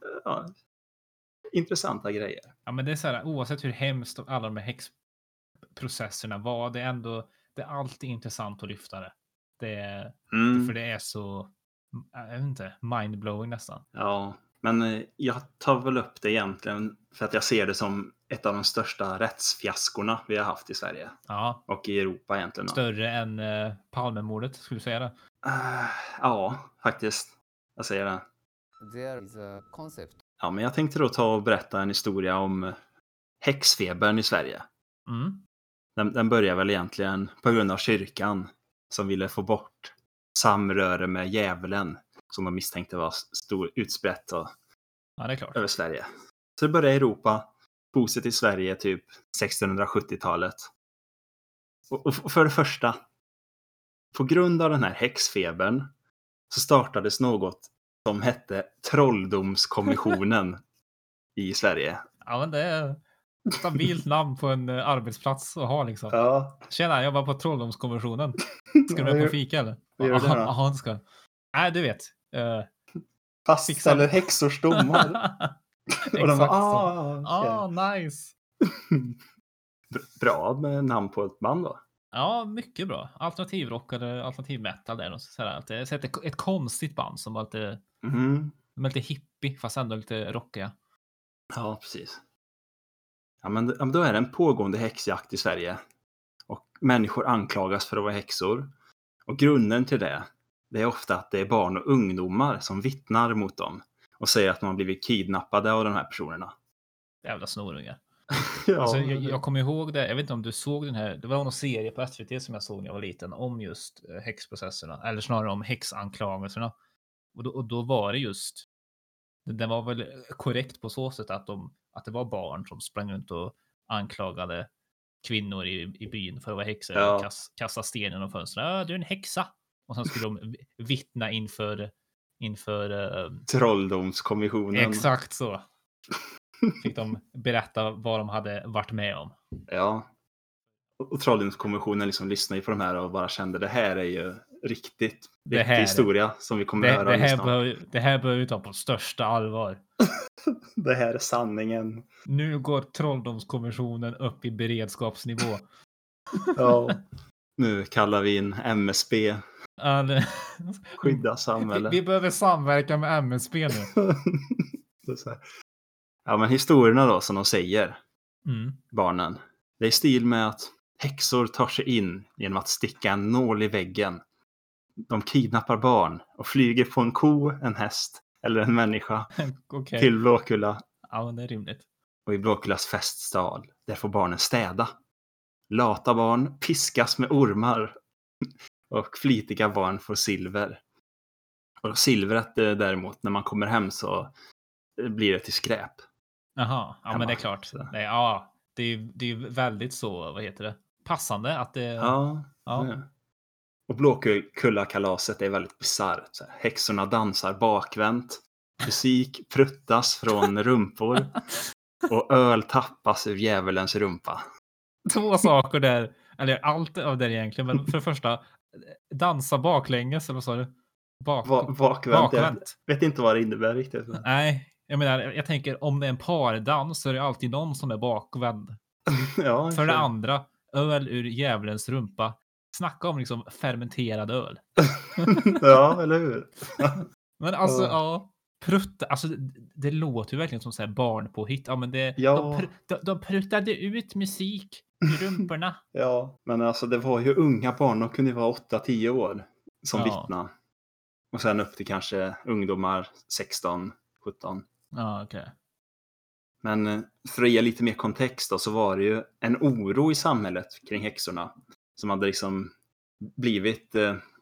intressanta grejer. Ja, men det är så här, oavsett hur hemskt alla de här häxprocesserna var, det är alltid intressant att lyfta det. För det är så, jag vet inte, mindblowing nästan. Ja, men jag tar väl upp det egentligen för att jag ser det som ett av de största rättsfiaskorna vi har haft i Sverige. Ja. Och i Europa egentligen. Större än Palmemordet, skulle du säga det? Ja, faktiskt. Jag säger det. There is a concept. Ja, men jag tänkte då ta och berätta en historia om häxfebern i Sverige. Den börjar väl egentligen på grund av kyrkan som ville få bort samröre med djävulen som de misstänkte var utbrett och det är klart. Över Sverige. Så det började i Europa, boset i Sverige typ 1670-talet. Och för det första, på grund av den här häxfebern så startades något som hette Trolldomskommissionen i Sverige. Ja, men det är ett stabilt namn på en arbetsplats att ha liksom. Ja. Tjena, jag jobbar på Trolldomskommissionen. Ska du med på fika eller? Ja, han ska. Nej, du vet. Fastställer häxors domar. Och de Exakt bara, nice. Bra med namn på ett band då. Ja, mycket bra. Alternativrock eller alternativ metal där. Och så att det är ett konstigt band som var lite, de är lite hippie fast ändå lite rockiga. Ja, precis. Ja, men då är det en pågående häxjakt i Sverige. Och människor anklagas för att vara häxor. Och grunden till det är ofta att det är barn och ungdomar som vittnar mot dem. Och säger att de har blivit kidnappade av de här personerna. Jävla snorungar. Ja, Alltså, jag kommer ihåg det. Jag vet inte om du såg den här. Det var någon serie på SVT som jag såg när jag var liten om just häxprocesserna. Eller snarare om häxanklagelserna. Och då var det just. Den var väl korrekt på så sätt att det var barn som sprang runt och anklagade kvinnor i byn för att vara häxor. Ja. Och kasta sten genom fönstret. Du är en häxa. Och sen skulle de vittna inför Trolldomskommissionen. Exakt så. Fick de berätta vad de hade varit med om. Ja. Och Trolldomskommissionen liksom lyssnade på de här och bara kände det här är ju riktig historia som vi kommer att höra. Det här bör vi ta på största allvar. Det här är sanningen. Nu går Trolldomskommissionen upp i beredskapsnivå. Ja. Nu kallar vi in MSB. Skydda samhället. Vi behöver samverka med MSB nu. Det är så här. Ja, men historierna då som de säger, barnen, det är i stil med att häxor tar sig in genom att sticka en nål i väggen. De kidnappar barn och flyger på en ko, en häst eller en människa till Blåkulla. Ja, men det är rimligt. Och i Blåkullas feststal, där får barnen städa. Lata barn piskas med ormar och flitiga barn får silver. Och silvret däremot, när man kommer hem så blir det till skräp. Jaha, ja men det är klart. Nej, ja, det är väldigt så, vad heter det? Passande att det... Ja. Och Blåkulla-kalaset är väldigt bisarrt. Häxorna dansar bakvänt. Musik pruttas från rumpor. Och öl tappas ur djävulens rumpa. 2 saker där. Eller allt av det egentligen. Men för det första, dansa baklänges, eller vad sa du? Bakvänt. Jag vet inte vad det innebär riktigt. Nej, jag tänker om det är en pardans så är det alltid någon som är bakvänd. Ja, för det andra, öl ur djävulens rumpa. Snacka om liksom fermenterad öl. Ja, eller hur? Men alltså, prutta, alltså det låter ju verkligen som så här barn på hit. Ja, men de pruttade ut musik i rumporna. Ja, men alltså det var ju unga barn. De kunde vara 8-10 år som vittna. Och sen upp till kanske ungdomar 16, 17. Ja, okej. Men för att ge lite mer kontext då, så var det ju en oro i samhället kring häxorna. Som hade liksom blivit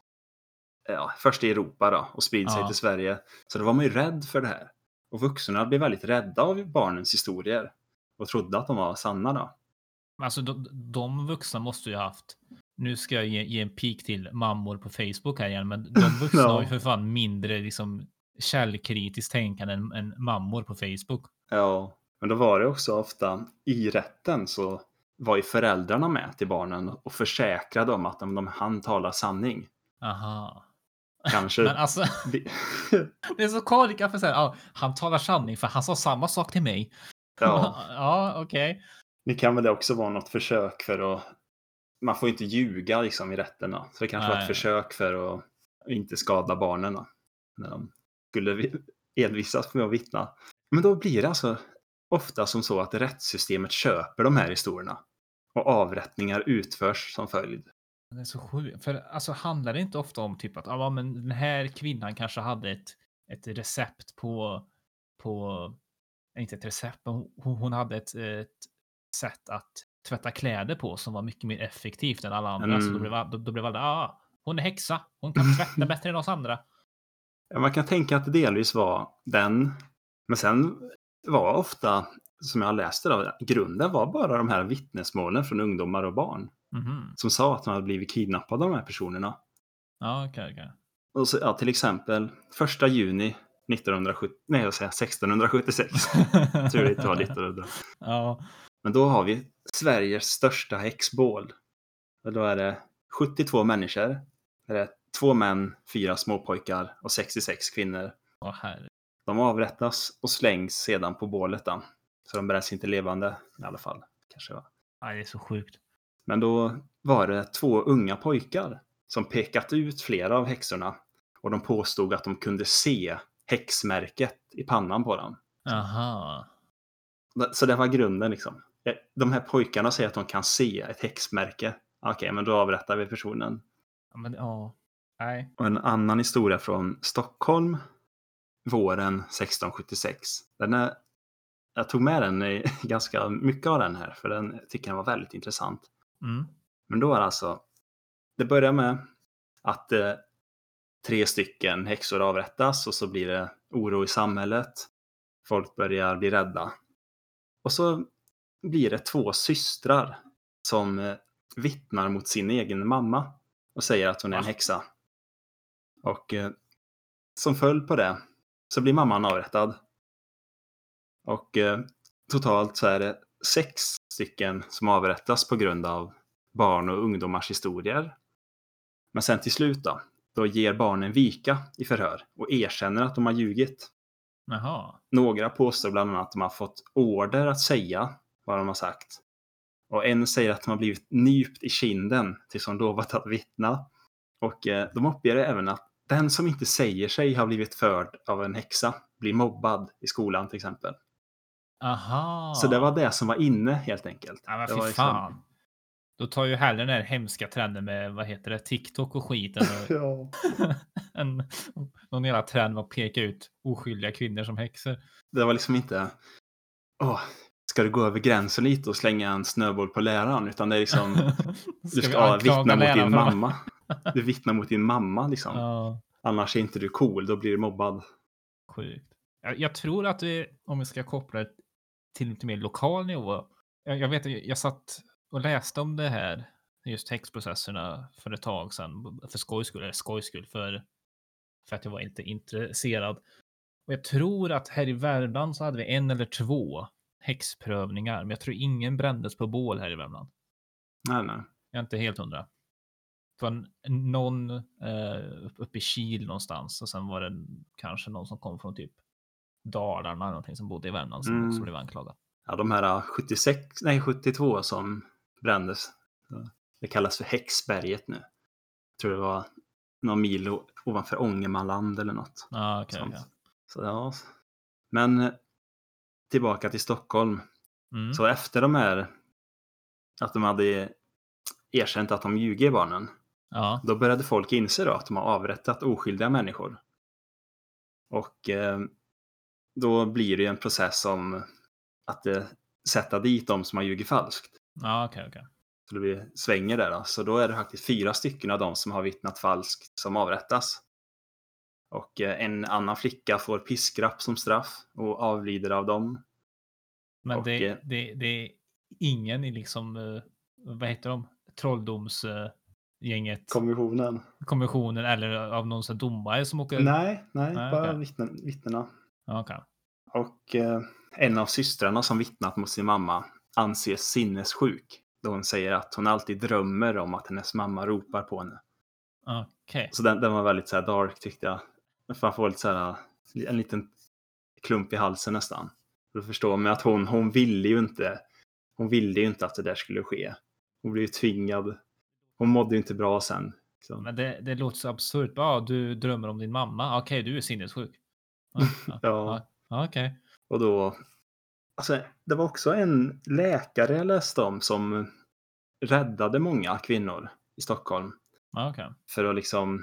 först i Europa då, och spridit sig till Sverige. Så då var man ju rädd för det här. Och vuxna blev väldigt rädda av barnens historier. Och trodde att de var sanna då. Alltså de vuxna måste ju ha haft... Nu ska jag ge en pik till mammor på Facebook här igen. Men de vuxna har ju för fan mindre liksom, källkritiskt tänkande än mammor på Facebook. Ja, men då var det också ofta i rätten så var ju föräldrarna med till barnen och försäkrade om att han talar sanning. Aha. Kanske. Men alltså, det är så korkat för så här, han talar sanning för han sa samma sak till mig. Ja, okej. Det kan väl också vara något försök för att... Man får inte ljuga liksom i rätten då. Så det kanske var ett försök för att inte skada barnen då, när de skulle envisas med att vittna. Men då blir det alltså ofta som så att rättssystemet köper de här historierna. Och avrättningar utförs som följd. Det är så sjukt. För alltså handlar det inte ofta om typ att men den här kvinnan kanske hade ett recept på inte ett recept, men hon hade ett sätt att tvätta kläder på som var mycket mer effektivt än alla andra. Så då blev alla, hon är häxa. Hon kan tvätta bättre än oss andra. Ja, man kan tänka att det delvis var den. Men sen var ofta, som jag läste då, grunden var bara de här vittnesmålen från ungdomar och barn. Som sa att de hade blivit kidnappade av de här personerna. Ja, okej. Och så, till exempel 1 juni 1676. Jag tror det inte var lite. Ja. Men då har vi Sveriges största häxbål. Och då är det 72 människor. Det är 2 män, 4 småpojkar och 66 kvinnor. Herre. De avrättas och slängs sedan på bålet då. Så de bränns inte levande i alla fall. Kanske va. Nej, det är så sjukt. Men då var det 2 unga pojkar som pekat ut flera av häxorna. Och de påstod att de kunde se häxmärket i pannan på dem. Aha. Så det var grunden liksom. De här pojkarna säger att de kan se ett häxmärke. Okej, men då avrättar vi personen. Ja, men ja. Nej. Och en annan historia från Stockholm våren 1676. Jag tog med den i ganska mycket av den här för den tycker jag var väldigt intressant. Mm. Men då är alltså, det börjar med att 3 stycken häxor avrättas och så blir det oro i samhället. Folk börjar bli rädda. Och så blir det 2 systrar som vittnar mot sin egen mamma och säger att hon är en häxa. Och som följd på det så blir mamman avrättad. Och totalt så är det 6 stycken som avrättas på grund av barn och ungdomars historier. Men sen till slut då ger barnen vika i förhör och erkänner att de har ljugit. Jaha. Några påstår bland annat att de har fått order att säga vad de har sagt. Och en säger att de har blivit nypt i kinden tills de lovat att vittna. Och de uppger även att den som inte säger sig ha blivit förd av en häxa blir mobbad i skolan till exempel. Aha. Så det var det som var inne helt enkelt. Ja, men det fy var fan. Då tar ju hellre den här hemska trenden med, vad heter det, TikTok och skiten. Ja. Någon jävla trend med att peka ut oskyldiga kvinnor som häxor. Det var liksom inte, ska du gå över gränsen lite och slänga en snöboll på läraren? Utan det är liksom, du ska vittna mot din mamma. Du vittnar mot din mamma liksom. Ja. Annars är inte du cool, då blir du mobbad. Sjukt. Jag tror att om vi ska koppla det till lite mer lokal nivå. Jag vet att jag satt och läste om det här, just häxprocesserna för ett tag sedan. För skojskull, för att jag var inte intresserad. Och jag tror att här i Värmland så hade vi 1 eller 2 häxprövningar. Men jag tror ingen brändes på bål här i Värmland. Nej. Jag är inte helt 100. För någon uppe i Kil någonstans. Och sen var det kanske någon som kom från typ Dalarna eller någonting som bodde i Värmland som också blev anklagad. Ja, de här 72 som brändes. Det kallas för Häxberget nu. Jag tror det var någon mil ovanför Ångermanland eller något. Ah, okay. Så ja. Men tillbaka till Stockholm. Så efter de här, att de hade erkänt att de ljuger barnen. Ja. Då började folk inse då att de har avrättat oskyldiga människor. Och då blir det en process om att sätta dit de som har ljugit falskt. Ja, okej. Så det blir svänger där då. Så då är det faktiskt 4 stycken av de som har vittnat falskt som avrättas. Och en annan flicka får piskrapp som straff och avlider av dem. Men det är ingen i liksom, vad heter de? Trolldomsgänget. Kommissionen eller av någon sån domare som åker? Nej, bara vittnena. Okay. Och en av systrarna som vittnat mot sin mamma anses sinnessjuk. Då hon säger att hon alltid drömmer om att hennes mamma ropar på henne. Okay. Så den var väldigt så här dark tyckte jag. Man får lite så här, en liten klump i halsen nästan. För att förstå med att hon ville ju inte att det där skulle ske. Hon blev ju tvingad. Hon mådde ju inte bra sen. Så. Men det låter så absurt. Du drömmer om din mamma. Okej, du är sinnessjuk. Ja. Okej. Och då, alltså, det var också en läkare jag läste om som räddade många kvinnor i Stockholm. Okay. För att liksom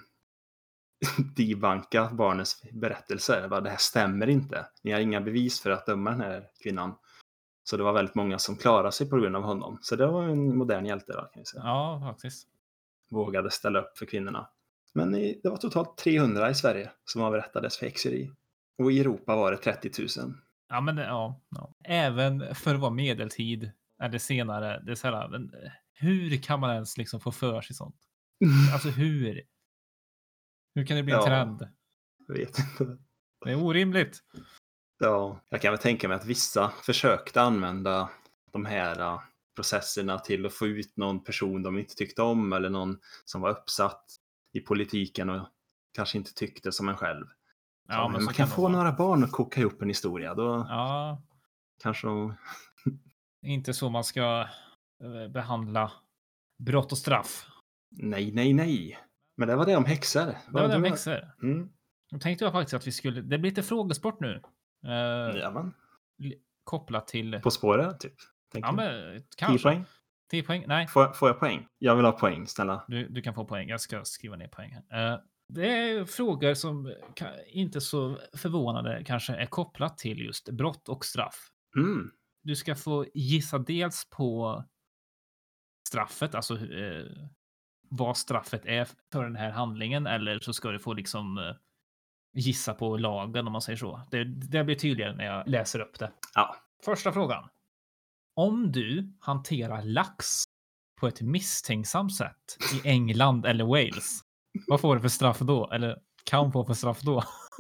debanka barnens berättelser. Det här stämmer inte. Ni har inga bevis för att döma den här kvinnan. Så det var väldigt många som klarade sig på grund av honom. Så det var en modern hjälte då, kan jag säga. Ja, faktiskt. Vågade ställa upp för kvinnorna. Men det var totalt 300 i Sverige som avrättades för häxeri. Och i Europa var det 30 000. Ja, men ja. Även för att vara medeltid eller senare. Det är så här, men hur kan man ens liksom få för sig sånt? Alltså hur kan det bli en trend? Jag vet inte. Det är orimligt. Ja, jag kan väl tänka mig att vissa försökte använda de här processerna till att få ut någon person de inte tyckte om eller någon som var uppsatt i politiken och kanske inte tyckte som en själv. Ja, men man kan få några barn att koka ihop en historia. Då kanske inte så man ska behandla brott och straff. Nej. Men det var det om häxor. Det var det om häxor. Mm. Då tänkte jag faktiskt att vi skulle... Det blir lite frågesport nu. Jamen. Kopplat till... På spåret, typ. Ja, men 10 kanske. poäng? 10 poäng? Nej. Får jag poäng? Jag vill ha poäng, snälla. Du kan få poäng. Jag ska skriva ner poäng här. Det är frågor som inte så förvånande kanske är kopplat till just brott och straff. Mm. Du ska få gissa dels på straffet, alltså vad straffet är för den här handlingen, eller så ska du få liksom gissa på lagen om man säger så. Det blir tydligare när jag läser upp det. Ja. Första frågan. Om du hanterar lax på ett misstänksamt sätt i England eller Wales, vad får du för straff då? Eller kan få för straff då?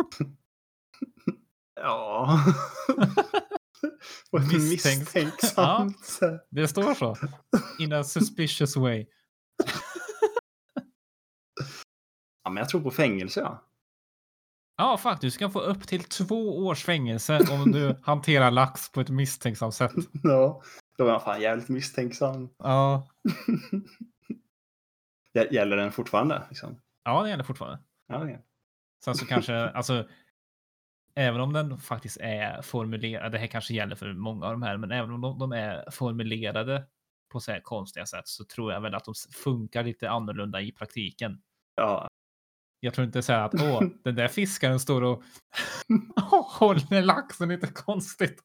Ja. Misstänksamt sätt. Det står så. In a suspicious way. Ja, men jag tror på fängelse, ja. Ja, faktiskt. Du ska få upp till 2 års fängelse om du hanterar lax på ett misstänksamt sätt. Ja, då är man fan jävligt misstänksam. Ja. Gäller den fortfarande? Liksom? Ja, det gäller fortfarande. Ja, okay. Sen så kanske, alltså, även om den faktiskt är formulerad, det här kanske gäller för många av de här, men även om de är formulerade på så här konstiga sätt så tror jag väl att de funkar lite annorlunda i praktiken. Ja. Jag tror inte så här att den där fiskaren står och håller laxen lite konstigt.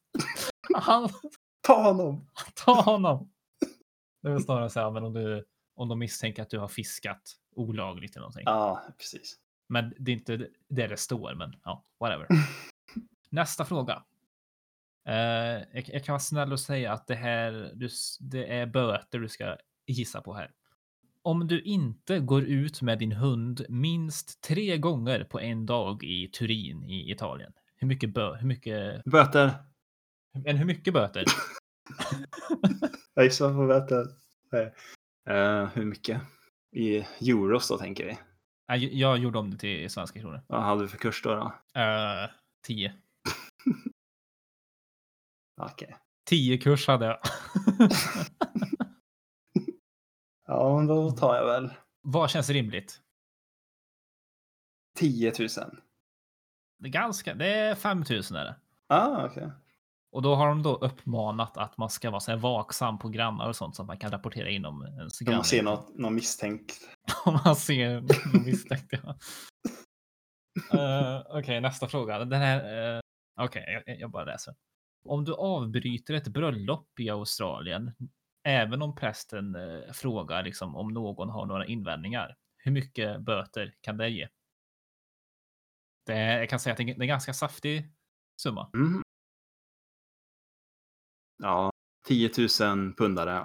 Ta honom. Det är snarare så här, men om de misstänker att du har fiskat olagligt eller någonting. Ja, precis. Men det är inte det står, men ja, whatever. Nästa fråga. Jag kan vara snäll och säga att det är böter du ska gissa på här. Om du inte går ut med din hund minst 3 gånger på en dag i Turin i Italien. Hur mycket böter? Men hur mycket böter? Jag gissar på böter. Hur mycket? I euros då, tänker vi. Jag gjorde om det till svenska kronor. Vad hade du för kurs då? 10. Okej. 10 kurs hade jag. Ja, men då tar jag väl. Vad känns rimligt? 10 000. Det är 5 000 är det. Okej. Och då har de då uppmanat att man ska vara så här vaksam på grannar och sånt som man kan rapportera in om ens grannar. Om man ser något misstänkt. Om man ser något misstänkt, ja. Okej, nästa fråga. Den här... Okej, jag bara läser. Om du avbryter ett bröllop i Australien, även om prästen frågar liksom, om någon har några invändningar, hur mycket böter kan det ge? Jag kan säga att det är en ganska saftig summa. Mm. Ja, 10 000 pundare.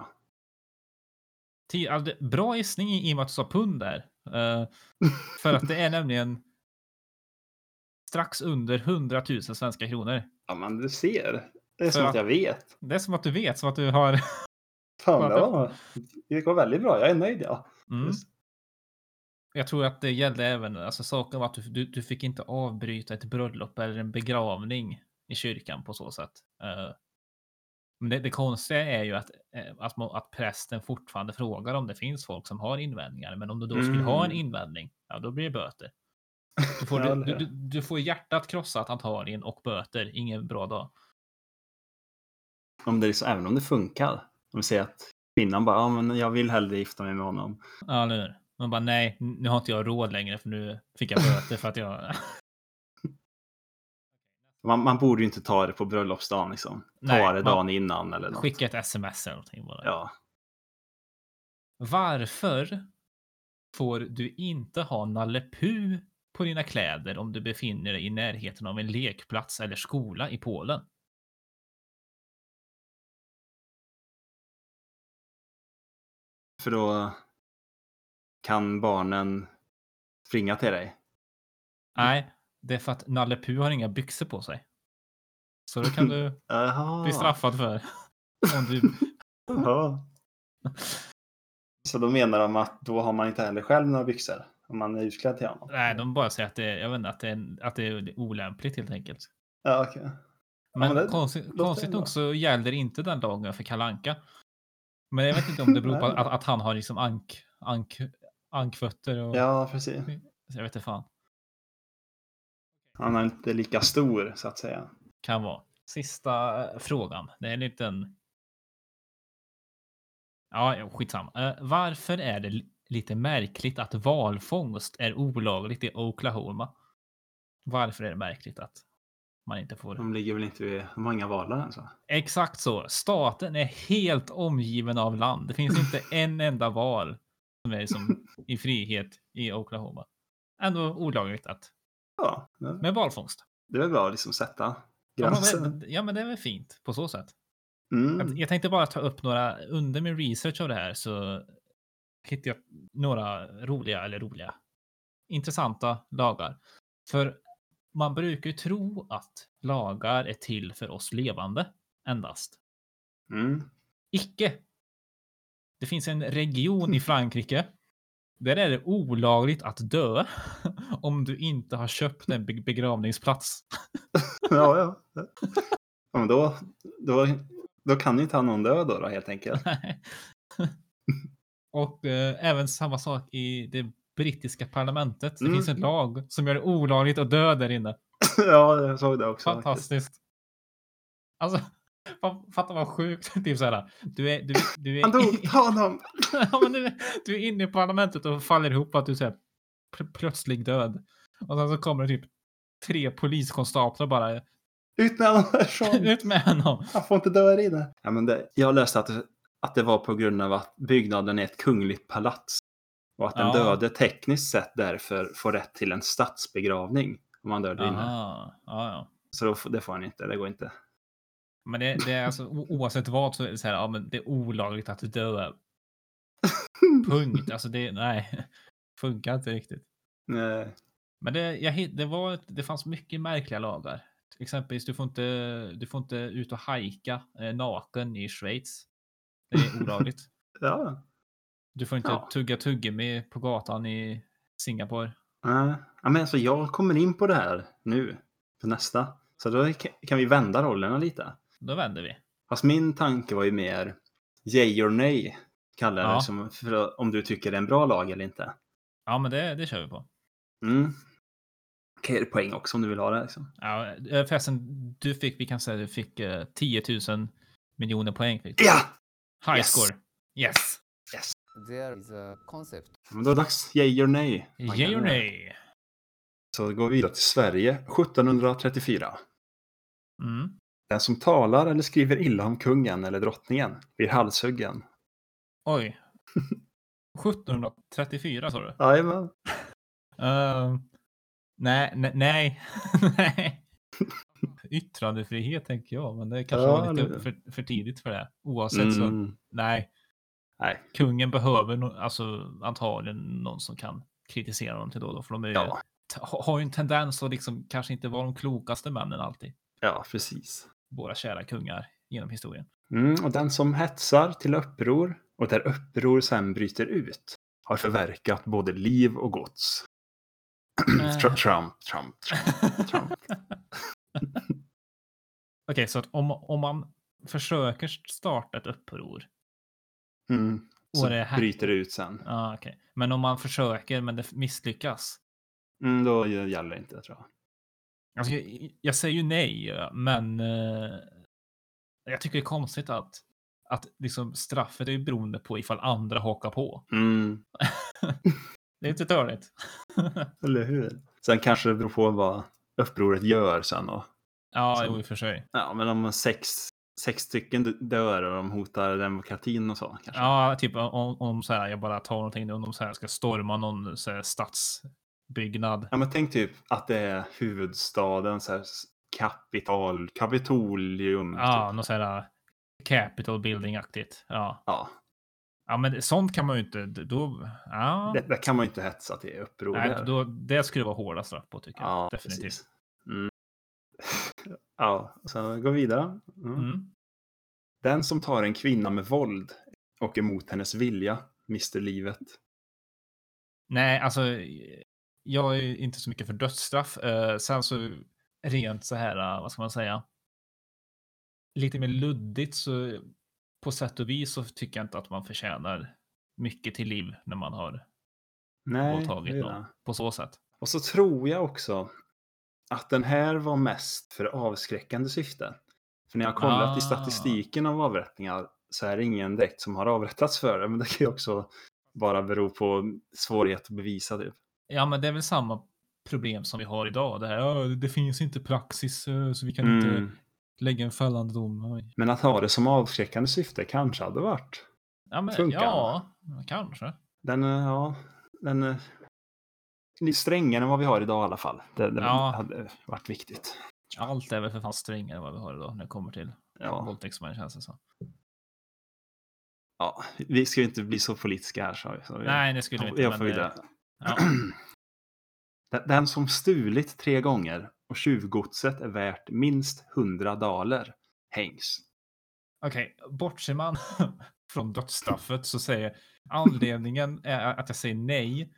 Ja. Bra gissning i och med att du sa pund där. För att det är nämligen strax under 100 000 svenska kronor. Ja, men du ser. Det är som att jag vet. Det är som att du vet, som att du har... Fan, det går väldigt bra. Jag är nöjd, ja. Mm. Jag tror att det gällde även, alltså saken var att du fick inte avbryta ett bröllop eller en begravning i kyrkan på så sätt. Men det konstiga är ju att prästen fortfarande frågar om det finns folk som har invändningar. Men om du då skulle ha en invändning, ja då blir det böter. Du får hjärtat krossat antagligen och böter. Ingen bra dag. Om det är så, även om det funkar. Om vi säger att kvinnan bara, men jag vill hellre gifta mig med honom. Ja, nu. Man bara, nej, nu har inte jag råd längre för nu fick jag böter för att jag... Man borde ju inte ta det på bröllopsdagen liksom. Ta det dagen innan eller något. Skicka ett sms eller någonting bara. Ja. Varför får du inte ha Nalle Puh på dina kläder om du befinner dig i närheten av en lekplats eller skola i Polen? För då kan barnen springa till dig. Nej, det är för att Nalle Puh har inga byxor på sig. Så då kan du bli straffad för. Om du... Så då menar de att då har man inte heller själv några byxor. om man är utklädd till honom. Nej, de bara säger att jag vet inte, att det är olämpligt helt enkelt. Ja, okej. Okay. Men konstigt nog så gäller inte den lagen för Kalle Anka. Men jag vet inte om det beror på att han har liksom ankfötter och... Ja, precis. Jag vet inte fan. Han är inte lika stor, så att säga. Kan vara. Sista frågan. Det är en liten... Ja, skitsamma. Varför är det lite märkligt att valfångst är olagligt i Oklahoma? Varför är det märkligt att man inte får... De ligger väl inte vid många valar alltså? Exakt så. Staten är helt omgiven av land. Det finns inte en enda val som är som i frihet i Oklahoma. Ändå olagligt att... Ja. Med valfångst. Det är väl bra att liksom sätta gränsen. Ja, men det är väl fint på så sätt. Mm. Jag tänkte bara ta upp några, under min research av det här så hittade jag några roliga, intressanta lagar. För man brukar ju tro att lagar är till för oss levande endast. Mm. Icke. Det finns en region i Frankrike där är det olagligt att dö om du inte har köpt en begravningsplats. Ja. Men då kan ju inte ha någon död då helt enkelt. Och även samma sak i det brittiska parlamentet. Det finns en lag som gör det olagligt att dö där inne. Ja, jag såg det också. Fantastiskt. Faktiskt. Alltså, fatta vad sjukt. Typ såhär, du är han dog, ta honom! Ja, men du är inne i parlamentet och faller ihop att du säger plötslig död. Och sen så kommer det typ 3 poliskonstaplar bara. Ut med honom! Ut med honom! Han får inte dö i det. Ja, men jag läste att det var på grund av att byggnaden är ett kungligt palats. Och att den döde tekniskt sett därför får rätt till en statsbegravning om man dör där inne. Ja. Så det får han inte, det går inte. Men det är alltså oavsett vad så är det så här, ja men det är olagligt att dö. Punkt. Alltså nej. Funkar inte riktigt. Nej. Men det fanns mycket märkliga lagar. Exempelvis du får inte ut och hajka naken i Schweiz. Det är olagligt. Ja. Du får inte tugga tuggummi på gatan i Singapore. Ja, men alltså jag kommer in på det här nu för nästa. Så då kan vi vända rollerna lite. Då vänder vi. Fast min tanke var ju mer yay or nej. Kallar det som för om du tycker det är en bra lag eller inte. Ja, men det kör vi på. Okej, det är poäng också om du vill ha det. Liksom. Ja, förresten, vi kan säga att du fick 10 000 miljoner poäng. Ja! High score. Yes. There is a concept. Men då är det dags yay or nej. Yay or nej. Så går vi vidare till Sverige 1734. Den som talar eller skriver illa om kungen eller drottningen blir halshuggen. Oj. 1734 sa du? Jajamän. Nej. Yttrandefrihet tänker jag, men det kanske var lite för tidigt för det. Oavsett så, nej. Kungen behöver antagligen någon som kan kritisera dem till då. För de har ju en tendens att liksom kanske inte vara de klokaste männen alltid. Ja, precis. Våra kära kungar genom historien. Och den som hetsar till uppror och där uppror sen bryter ut har förverkat både liv och gods. Trump. Okej, så att om man försöker starta ett uppror så bryter det ut sen. Okay. Men om man försöker men det misslyckas. Då gäller det inte, tror jag. Alltså, jag säger ju nej, men jag tycker det är konstigt att liksom straffet är ju beroende på ifall andra hakar på. Det är inte dåligt. Eller hur? Sen kanske det beror på vad upproret gör sen. Och, jo, i och för sig. Ja, men om sex stycken dör och de hotar demokratin och så. Kanske. Ja, typ om så här, jag bara tar någonting om de så här ska storma någon så här, stadsbyggnad. Ja, men tänk typ att det är huvudstaden så här Kapitolium. Ja, typ. något så här Capitol Building-aktigt. Ja, men sånt kan man ju inte. Det kan man ju inte hetsa till uppror. Nej, det skulle vara hårda straff på tycker jag. Ja, definitivt. Ja, så går vi vidare. Den som tar en kvinna med våld och emot hennes vilja mister livet. Nej, alltså jag är inte så mycket för dödsstraff. Sen så rent så här, vad ska man säga? Lite mer luddigt så på sätt och vis så tycker jag inte att man förtjänar mycket till liv när man har våldtagit någon på så sätt. Och så tror jag också att den här var mest för avskräckande syfte. För när jag har kollat i statistiken av avrättningar så är det ingen direkt som har avrättats för det. Men det kan ju också bara bero på svårighet att bevisa det. Ja, men det är väl samma problem som vi har idag. Det här, det finns inte praxis så vi kan inte lägga en fällande dom. Men att ha det som avskräckande syfte kanske hade varit kanske. Den är lite strängare än vad vi har idag i alla fall. Det hade varit viktigt. Allt är väl för fan strängare än vad vi har idag när det kommer till våldtäktsmän, känns det så. Ja, vi ska ju inte bli så politiska här. Så nej, det skulle vi inte. Jag får Den som stulit 3 gånger och tjuvgodset är värt minst $100 hängs. Okej, bortser man från dödsstraffet så säger anledningen är att jag säger nej.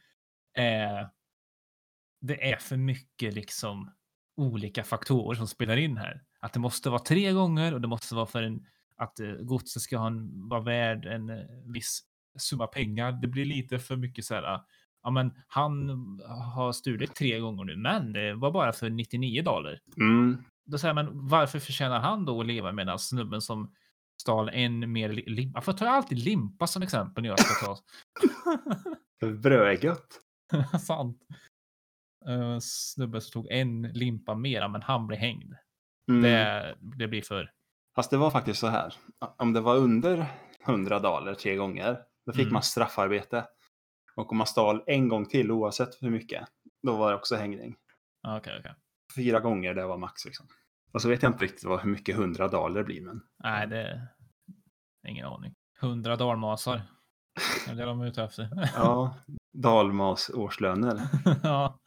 Det är för mycket liksom olika faktorer som spelar in här. Att det måste vara 3 gånger och det måste vara för att godset ska vara värd en viss summa pengar. Det blir lite för mycket så här. Ja, men han har stulit 3 gånger nu, men det var bara för $99. Då säger man, varför förtjänar han då att leva med den snubben som stal en mer limpa? Varför tar jag alltid limpa som exempel när jag ska ta? Bröd är gött. Sant. Snubben som tog en limpa mera, men han blev hängd. Det blir för... Fast det var faktiskt så här. Om det var under $100 3 gånger, då fick man straffarbete. Och om man stal en gång till oavsett hur mycket, då var det också hängning. Okej. 4 gånger, det var max liksom. Och så vet jag inte riktigt hur mycket $100 blir, men... Nej, det är ingen aning. 100 dalmasar. Det är det de är ute efter. Ja, dalmas årslöner. Ja.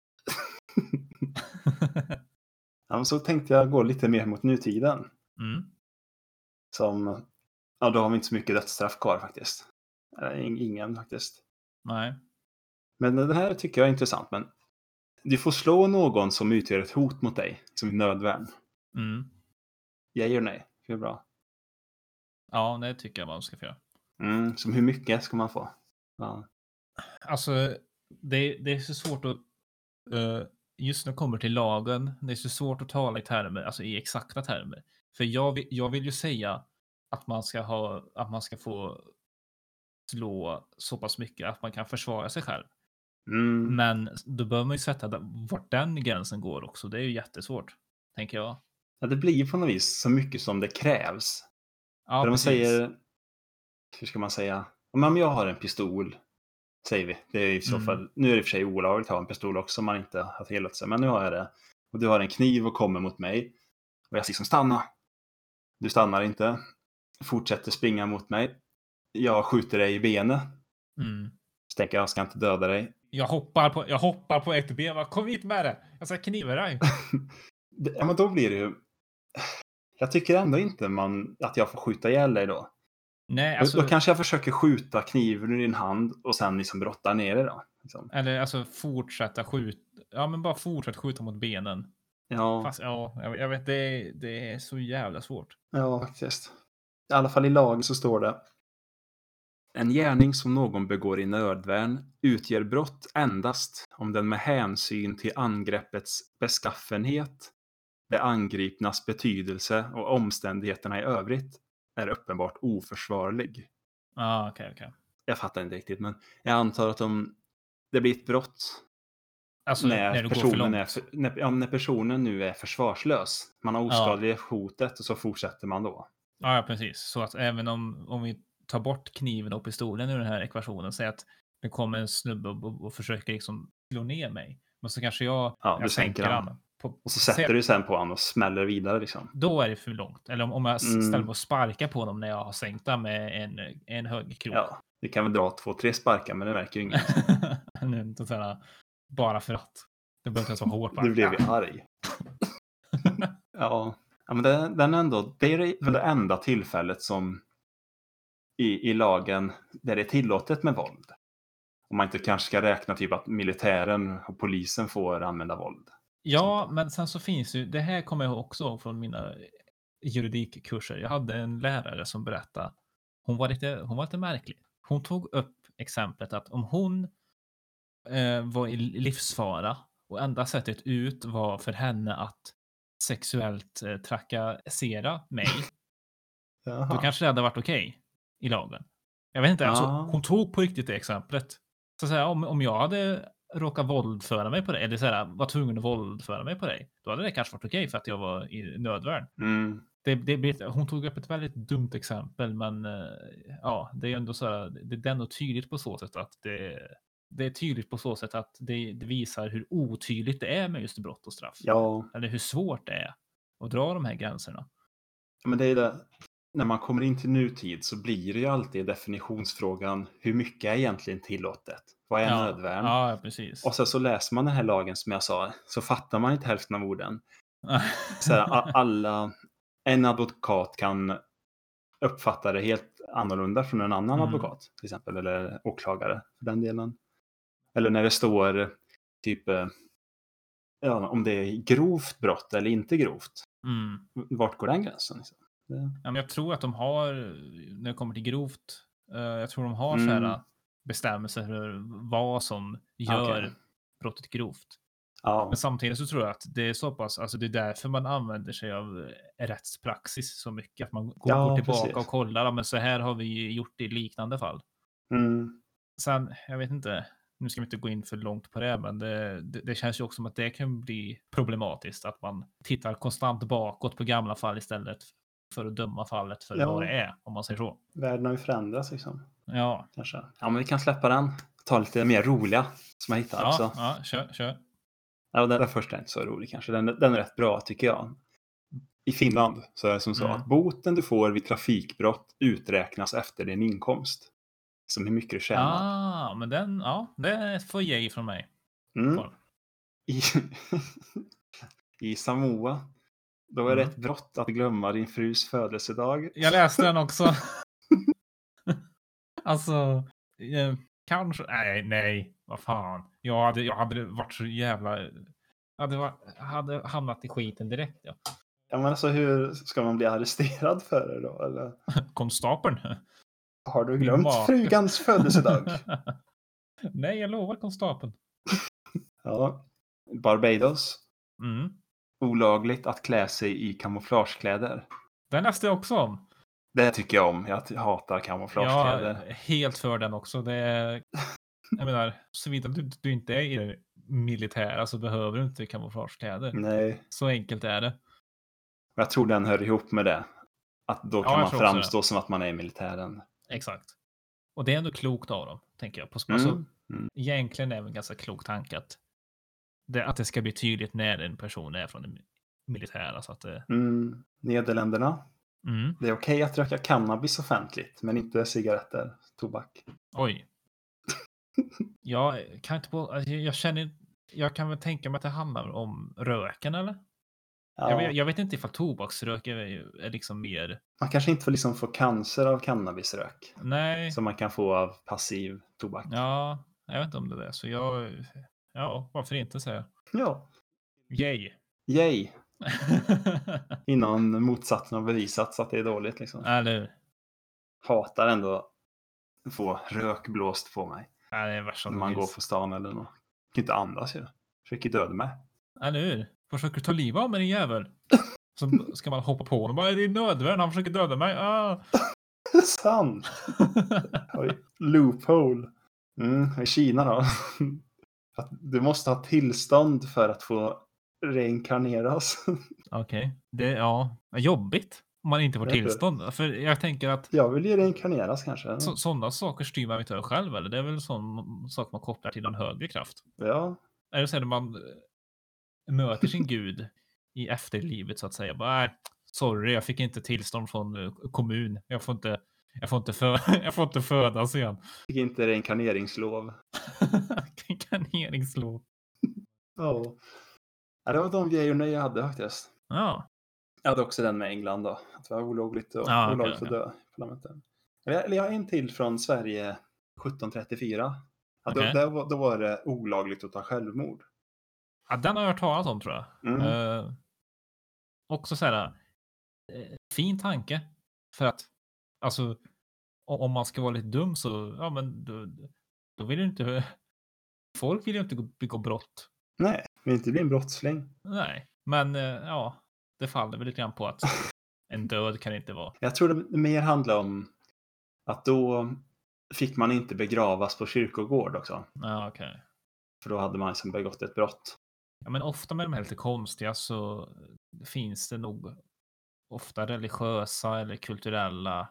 Ja, så tänkte jag gå lite mer mot nutiden. Som, då har vi inte så mycket dödsstraff kvar faktiskt. Ingen faktiskt. Nej. Men det här tycker jag är intressant. Men du får slå någon som utgör ett hot mot dig som nödvärn. Ja eller nej? Det är bra. Ja, det tycker jag man ska få göra. Som hur mycket ska man få? Ja. Alltså, det är så svårt att... just när det kommer till lagen, det är så svårt att tala i termer, alltså i exakta termer. För jag vill ju säga att man ska få slå så pass mycket att man kan försvara sig själv. Men då bör man ju sätta vart den gränsen går också. Det är ju jättesvårt, tänker jag. Ja, det blir på något vis så mycket som det krävs. Ja, för man säger, hur ska man säga? Om jag har en pistol, säger vi. Det är i så fall, nu är det i och för sig olagligt att ha en pistol också om man inte har tillåtelse. Men nu har jag det. Och du har en kniv och kommer mot mig. Och jag säger som stanna. Du stannar inte. Fortsätter springa mot mig. Jag skjuter dig i benet. Så tänker jag ska inte döda dig. Jag hoppar på ett ben. Kom hit med det. Jag ska kniva dig. Ja, men då blir det ju... Jag tycker ändå inte att jag får skjuta ihjäl dig då. Nej, alltså... Då kanske jag försöker skjuta kniven i din hand och sen liksom brotta ner det då. Liksom. Eller alltså fortsätta skjuta. Ja, men bara fortsätt skjuta mot benen. Ja. Fast jag vet, det är så jävla svårt. Ja, faktiskt. I alla fall i lagen så står det: en gärning som någon begår i nödvärn utgör brott endast om den med hänsyn till angreppets beskaffenhet, det angripnas betydelse och omständigheterna i övrigt är uppenbart oförsvarlig. Okej. Jag fattar inte riktigt, men jag antar att om det blir ett brott alltså, när personen nu är försvarslös, man har oskadlig hotet och så fortsätter man då. Ja, precis. Så att även om vi tar bort kniven och pistolen ur den här ekvationen, säger att det kommer en snubbe och försöker liksom slå ner mig, men så kanske jag sänker han. Och så sätter du sen på han och smäller vidare liksom. Då är det för långt. Eller om jag ställer mig och sparkar på dem när jag har sänkt dem med en hög krok. Ja, vi kan väl dra 2-3 sparkar, men det verkar ju inget. Inte sådär, bara för att. Det behöver inte vara hårt. Du blev ju arg. Ja, men det är väl det enda tillfället som i lagen där det är tillåtet med våld. Om man inte kanske ska räkna typ att militären och polisen får använda våld. Ja, men sen så finns ju, det här kommer jag också ihåg från mina juridikkurser. Jag hade en lärare som berättade, hon var lite märklig. Hon tog upp exemplet att om hon var i livsfara och enda sättet ut var för henne att sexuellt trakassera mig, då kanske det hade varit okej i lagen. Jag vet inte, alltså, hon tog på riktigt det exemplet. Så att säga, om jag hade råkat våldföra mig på dig, eller så här, var tvungen att våldföra mig på dig, då hade det kanske varit okej för att jag var i nödvärn. Hon tog upp ett väldigt dumt exempel, men ja, det är ändå så här, det är ändå tydligt på så sätt att det är tydligt på så sätt att det visar hur otydligt det är med just brott och straff. Ja. Eller hur svårt det är att dra de här gränserna. Men det är det. När man kommer in till nutid så blir det ju alltid definitionsfrågan, hur mycket är egentligen tillåtet? Vad är nödvärn? Ja, precis. Och så läser man den här lagen som jag sa, så fattar man inte hälften av orden. Så här, en advokat kan uppfatta det helt annorlunda från en annan advokat, till exempel, eller åklagare för den delen. Eller när det står typ om det är grovt brott eller inte grovt. Vart går den gränsen? Liksom? Ja, men jag tror att de har, när det kommer till grovt, jag tror de har så här bestämmelser för vad som gör brottet grovt. Ja. Men samtidigt så tror jag att det är så pass, alltså det är därför man använder sig av rättspraxis så mycket. Att man går tillbaka och kollar, men så här har vi gjort i liknande fall. Sen, jag vet inte, nu ska vi inte gå in för långt på det, men det känns ju också som att det kan bli problematiskt att man tittar konstant bakåt på gamla fall istället för att döma fallet för vad det är, om man säger så. Världen har ju förändrats liksom. Ja. Kanske. Ja, men vi kan släppa den. Ta lite mer roliga som jag hittar också. Ja, kör. Ja, den första är inte så rolig kanske. Den är rätt bra tycker jag. I Finland så är det som så att boten du får vid trafikbrott uträknas efter din inkomst. Som hur mycket du tjänar. Men det får jag från mig. I Samoa, då är det ett brott att glömma din frus födelsedag. Jag läste den också. Alltså, kanske, nej, vad fan. Jag hade varit så jävla, hade hamnat i skiten direkt. Ja, men alltså hur ska man bli arresterad för det då? Eller? Konstapeln. Har du glömt frugans födelsedag? Nej, jag lovar konstapeln. Ja, Barbados. Olagligt att klä sig i kamouflagekläder. Den läste jag också om. Det tycker jag om. Jag hatar kamouflagekläder. Ja, helt för den också. Det är, jag menar, såvida du inte är i det militära så behöver du inte kamouflagekläder. Nej. Så enkelt är det. Jag tror den hör ihop med det. Att då kan man framstå som att man är i militären. Exakt. Och det är ändå klokt av dem, tänker jag. Alltså, egentligen är det en ganska klok tanke att det ska bli tydligt när en person är från det militära. Så att det... Nederländerna. Det är okej att röka cannabis offentligt, men inte cigaretter, tobak. Oj. Jag kan inte jag kan väl tänka mig att det handlar om röken, eller? Ja. Jag vet inte ifall tobaksrök är liksom mer... Man kanske inte får liksom få cancer av cannabisrök. Nej. Som man kan få av passiv tobak. Ja, jag vet inte om det är så. Varför inte säga? Ja. Yay. Innan motsatsen har bevisats att det är dåligt liksom. Eller? Hatar ändå att få rök blåst på mig. Ja, det är värsta när man går på stan eller något. Jag kan inte andas ju. Försöker döda mig. Eller hur? Försöker ta liv av mig, din jävel. Så ska man hoppa på honom. Bara, det är nödvärn, han försöker döda mig. Sant. Oj, loophole. I Kina då. Att du måste ha tillstånd för att få reinkarneras. Okej. Det är jobbigt om man inte får tillstånd. För jag tänker att... Jag vill ju reinkarneras kanske. Sådana saker styr man inte över själv, eller? Det är väl sån sak man kopplar till en högre kraft. Ja. Är det så att man möter sin gud i efterlivet så att säga? Bara, sorry, jag fick inte tillstånd från kommun. Jag får inte födas igen. Jag fick inte reinkarneringslov. Reinkarneringslov. Ja. Det var de grejerna jag hade faktiskt. Ja. Jag hade också den med England då. Att det var olagligt och olagligt att dö i parlamentet. Jag har en till från Sverige 1734. Okej. Då var det olagligt att ta självmord. Ja, den har jag hört talas om tror jag. Också så här, fin tanke. För att, alltså, om man ska vara lite dum så, ja men då vill ju inte, folk vill ju inte begå brott. Nej, vill inte bli en brottsling. Nej, men ja, det faller väl lite grann på att en död kan inte vara. Jag tror det mer handlar om att då fick man inte begravas på kyrkogård också. Ja, okej. För då hade man liksom begått ett brott. Ja, men ofta med de här lite konstiga så finns det nog ofta religiösa eller kulturella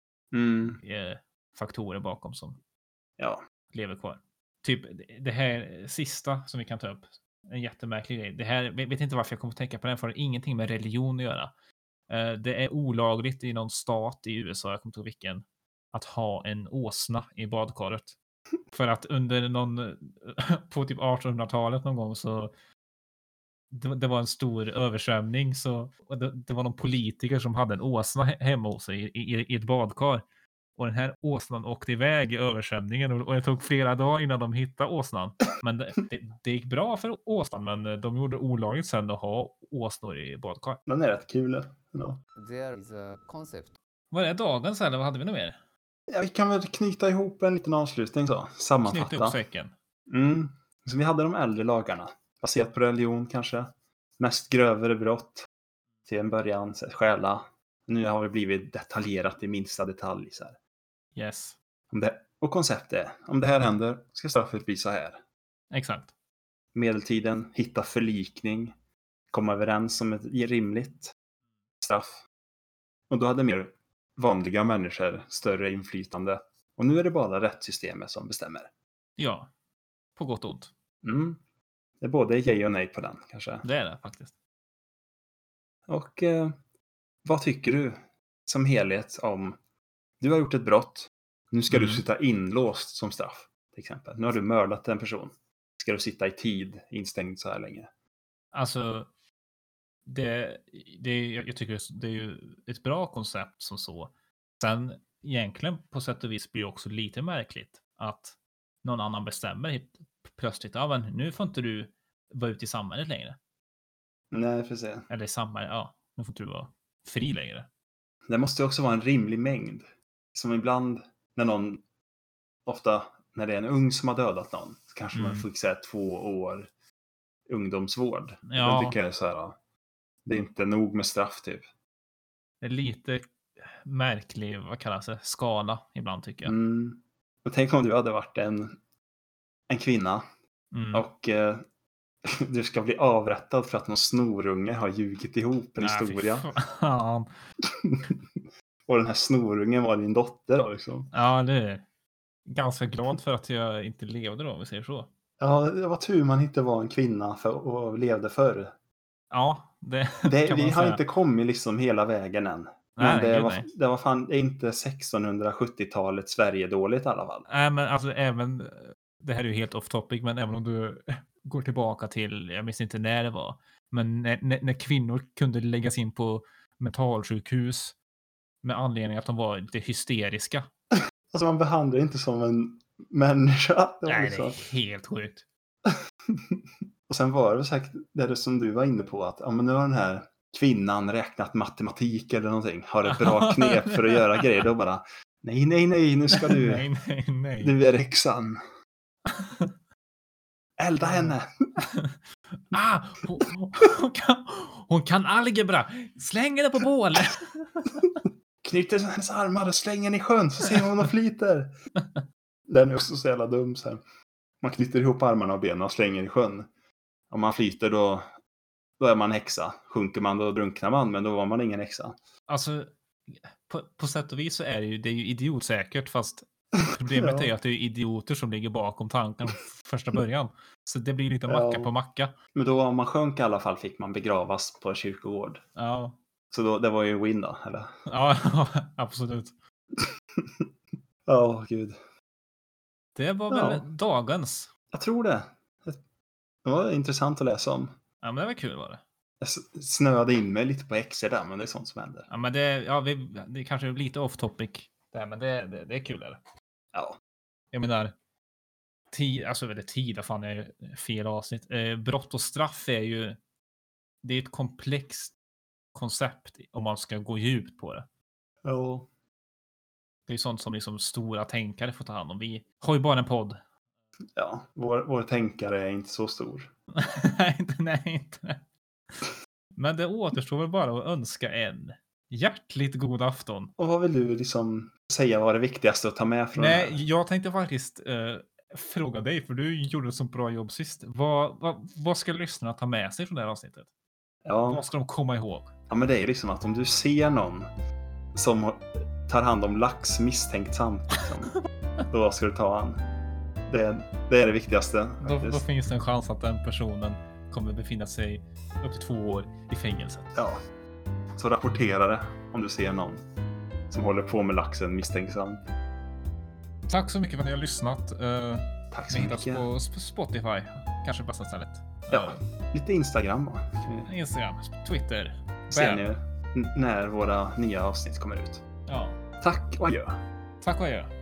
faktorer bakom som lever kvar. Typ det här sista som vi kan ta upp. En jättemärklig grej. Det här, jag vet inte varför jag kommer att tänka på den, för det har ingenting med religion att göra. Det är olagligt i någon stat i USA, jag kommer inte ihåg vilken, att ha en åsna i badkaret. För att under på typ 1800-talet någon gång så det var en stor översvämning och det var någon politiker som hade en åsna hemma hos sig i ett badkar. Och den här åsnan åkte iväg i översvämningen och det tog flera dagar innan de hittade åsnan. Men det gick bra för åsnan, men de gjorde olagligt sen att ha åsnor i badkar. Den är rätt kul. No. There is a concept. Vad är dagens eller vad hade vi nog mer? Ja, vi kan väl knyta ihop en liten avslutning så. Sammanfatta. Knyta ihop säcken. Så vi hade de äldre lagarna. Baserat på religion kanske. Mest grövre brott. Till en början, så stjäla. Nu har vi blivit detaljerat i minsta detalj. Så här. Yes. Och konceptet är, om det här händer ska straffet bli så här. Exakt. Medeltiden, hitta förlikning. Komma överens om ett rimligt straff. Och då hade mer vanliga människor större inflytande. Och nu är det bara rättssystemet som bestämmer. Ja, på gott och ont. Det är både yay och nej på den kanske. Det är det faktiskt. Och vad tycker du som helhet om, du har gjort ett brott, nu ska du sitta inlåst som straff till exempel. Nu har du mördat en person. Ska du sitta i tid instängd så här länge? Alltså, jag tycker det är ju ett bra koncept som så. Sen egentligen på sätt och vis blir det också lite märkligt att någon annan bestämmer plötsligt, ja men nu får inte du vara ute i samhället längre. Nej, för se. Eller i samhället, ja, nu får inte du vara fri längre. Det måste också vara en rimlig mängd. Som ibland ofta när det är en ung som har dödat någon, så kanske man får säga 2 år ungdomsvård. Ja. Det tycker jag är så här, det är inte nog med straff typ. Det är lite märklig, vad kallas det, skala ibland tycker jag. Och tänk om du hade varit en kvinna och du ska bli avrättad för att någon snorunge har ljugit ihop en historia. Och den här snorungen var din dotter då liksom. Ja, det är ganska glad för att jag inte levde då, om vi säger så. Ja, det var tur man inte var en kvinna och levde förr. Ja, det kan vi man har säga. inte kommit liksom hela vägen än. Men det var fan inte 1670-talets Sverige dåligt i alla fall. Nej, men alltså även, det här är ju helt off topic, men även om du går tillbaka till, jag minns inte när det var, men när kvinnor kunde läggas in på mentalsjukhus med anledning att de var lite hysteriska. Alltså man behandlar inte som en människa. Nej, det är helt sjukt. Och sen var det säkert det som du var inne på, att ja, men nu har den här kvinnan räknat matematik eller någonting, har ett bra knep för att göra grejer, då bara nej, nu ska du nej. Du är häxan. Elda henne. Hon kan algebra. Släng henne på bålet. Knyter hennes armar och slänger henne i sjön så ser hon och flyter. Den är också så jävla dum så här. Man knyter ihop armarna och benen och slänger i sjön. Om man flyter då är man häxa. Sjunker man då drunknar man, men då var man ingen häxa. Alltså på sätt och vis så är det är ju idiotsäkert, fast problemet är ju att det är idioter som ligger bakom tanken första början. Så det blir lite macka på macka. Men då om man sjönk i alla fall fick man begravas på kyrkogård. Ja. Så då, det var ju win då, eller? Ja, absolut. Gud. Det var väl dagens. Jag tror det. Det var intressant att läsa om. Ja, men det var kul var det. Jag snöade in mig lite på Excel där, men det är sånt som händer. Ja, men det är kanske lite off topic där, men det är kul är det. Ja. Jag menar, Tid, fan är fel avsnitt. Brott och straff är ju, det är ett komplext koncept om man ska gå djupt på det. Ja. Det är sånt som liksom stora tänkare får ta hand om. Vi har ju bara en podd. Ja, vår tänkare är inte så stor. nej, inte. Men det återstår väl bara att önska en hjärtligt god afton. Och vad vill du liksom säga var det viktigaste att ta med från det här? Jag tänkte faktiskt fråga dig, för du gjorde ett så bra jobb sist. Vad ska lyssnarna ta med sig från det här avsnittet? Ja. Vad ska de komma ihåg? Ja, men det är liksom att om du ser någon som tar hand om lax misstänksamt, liksom, då ska du ta han. Det är det viktigaste. Då finns det en chans att den personen kommer befinna sig upp till 2 år i fängelset. Ja, så rapportera det om du ser någon som håller på med laxen misstänksamt. Tack så mycket för att ni har lyssnat. Tack så ni mycket. Hittas på Spotify, kanske bästa stället. Ja, lite Instagram. Instagram, Twitter. Ser ni när våra nya avsnitt kommer ut. Ja. Tack och adjö. Tack och adjö.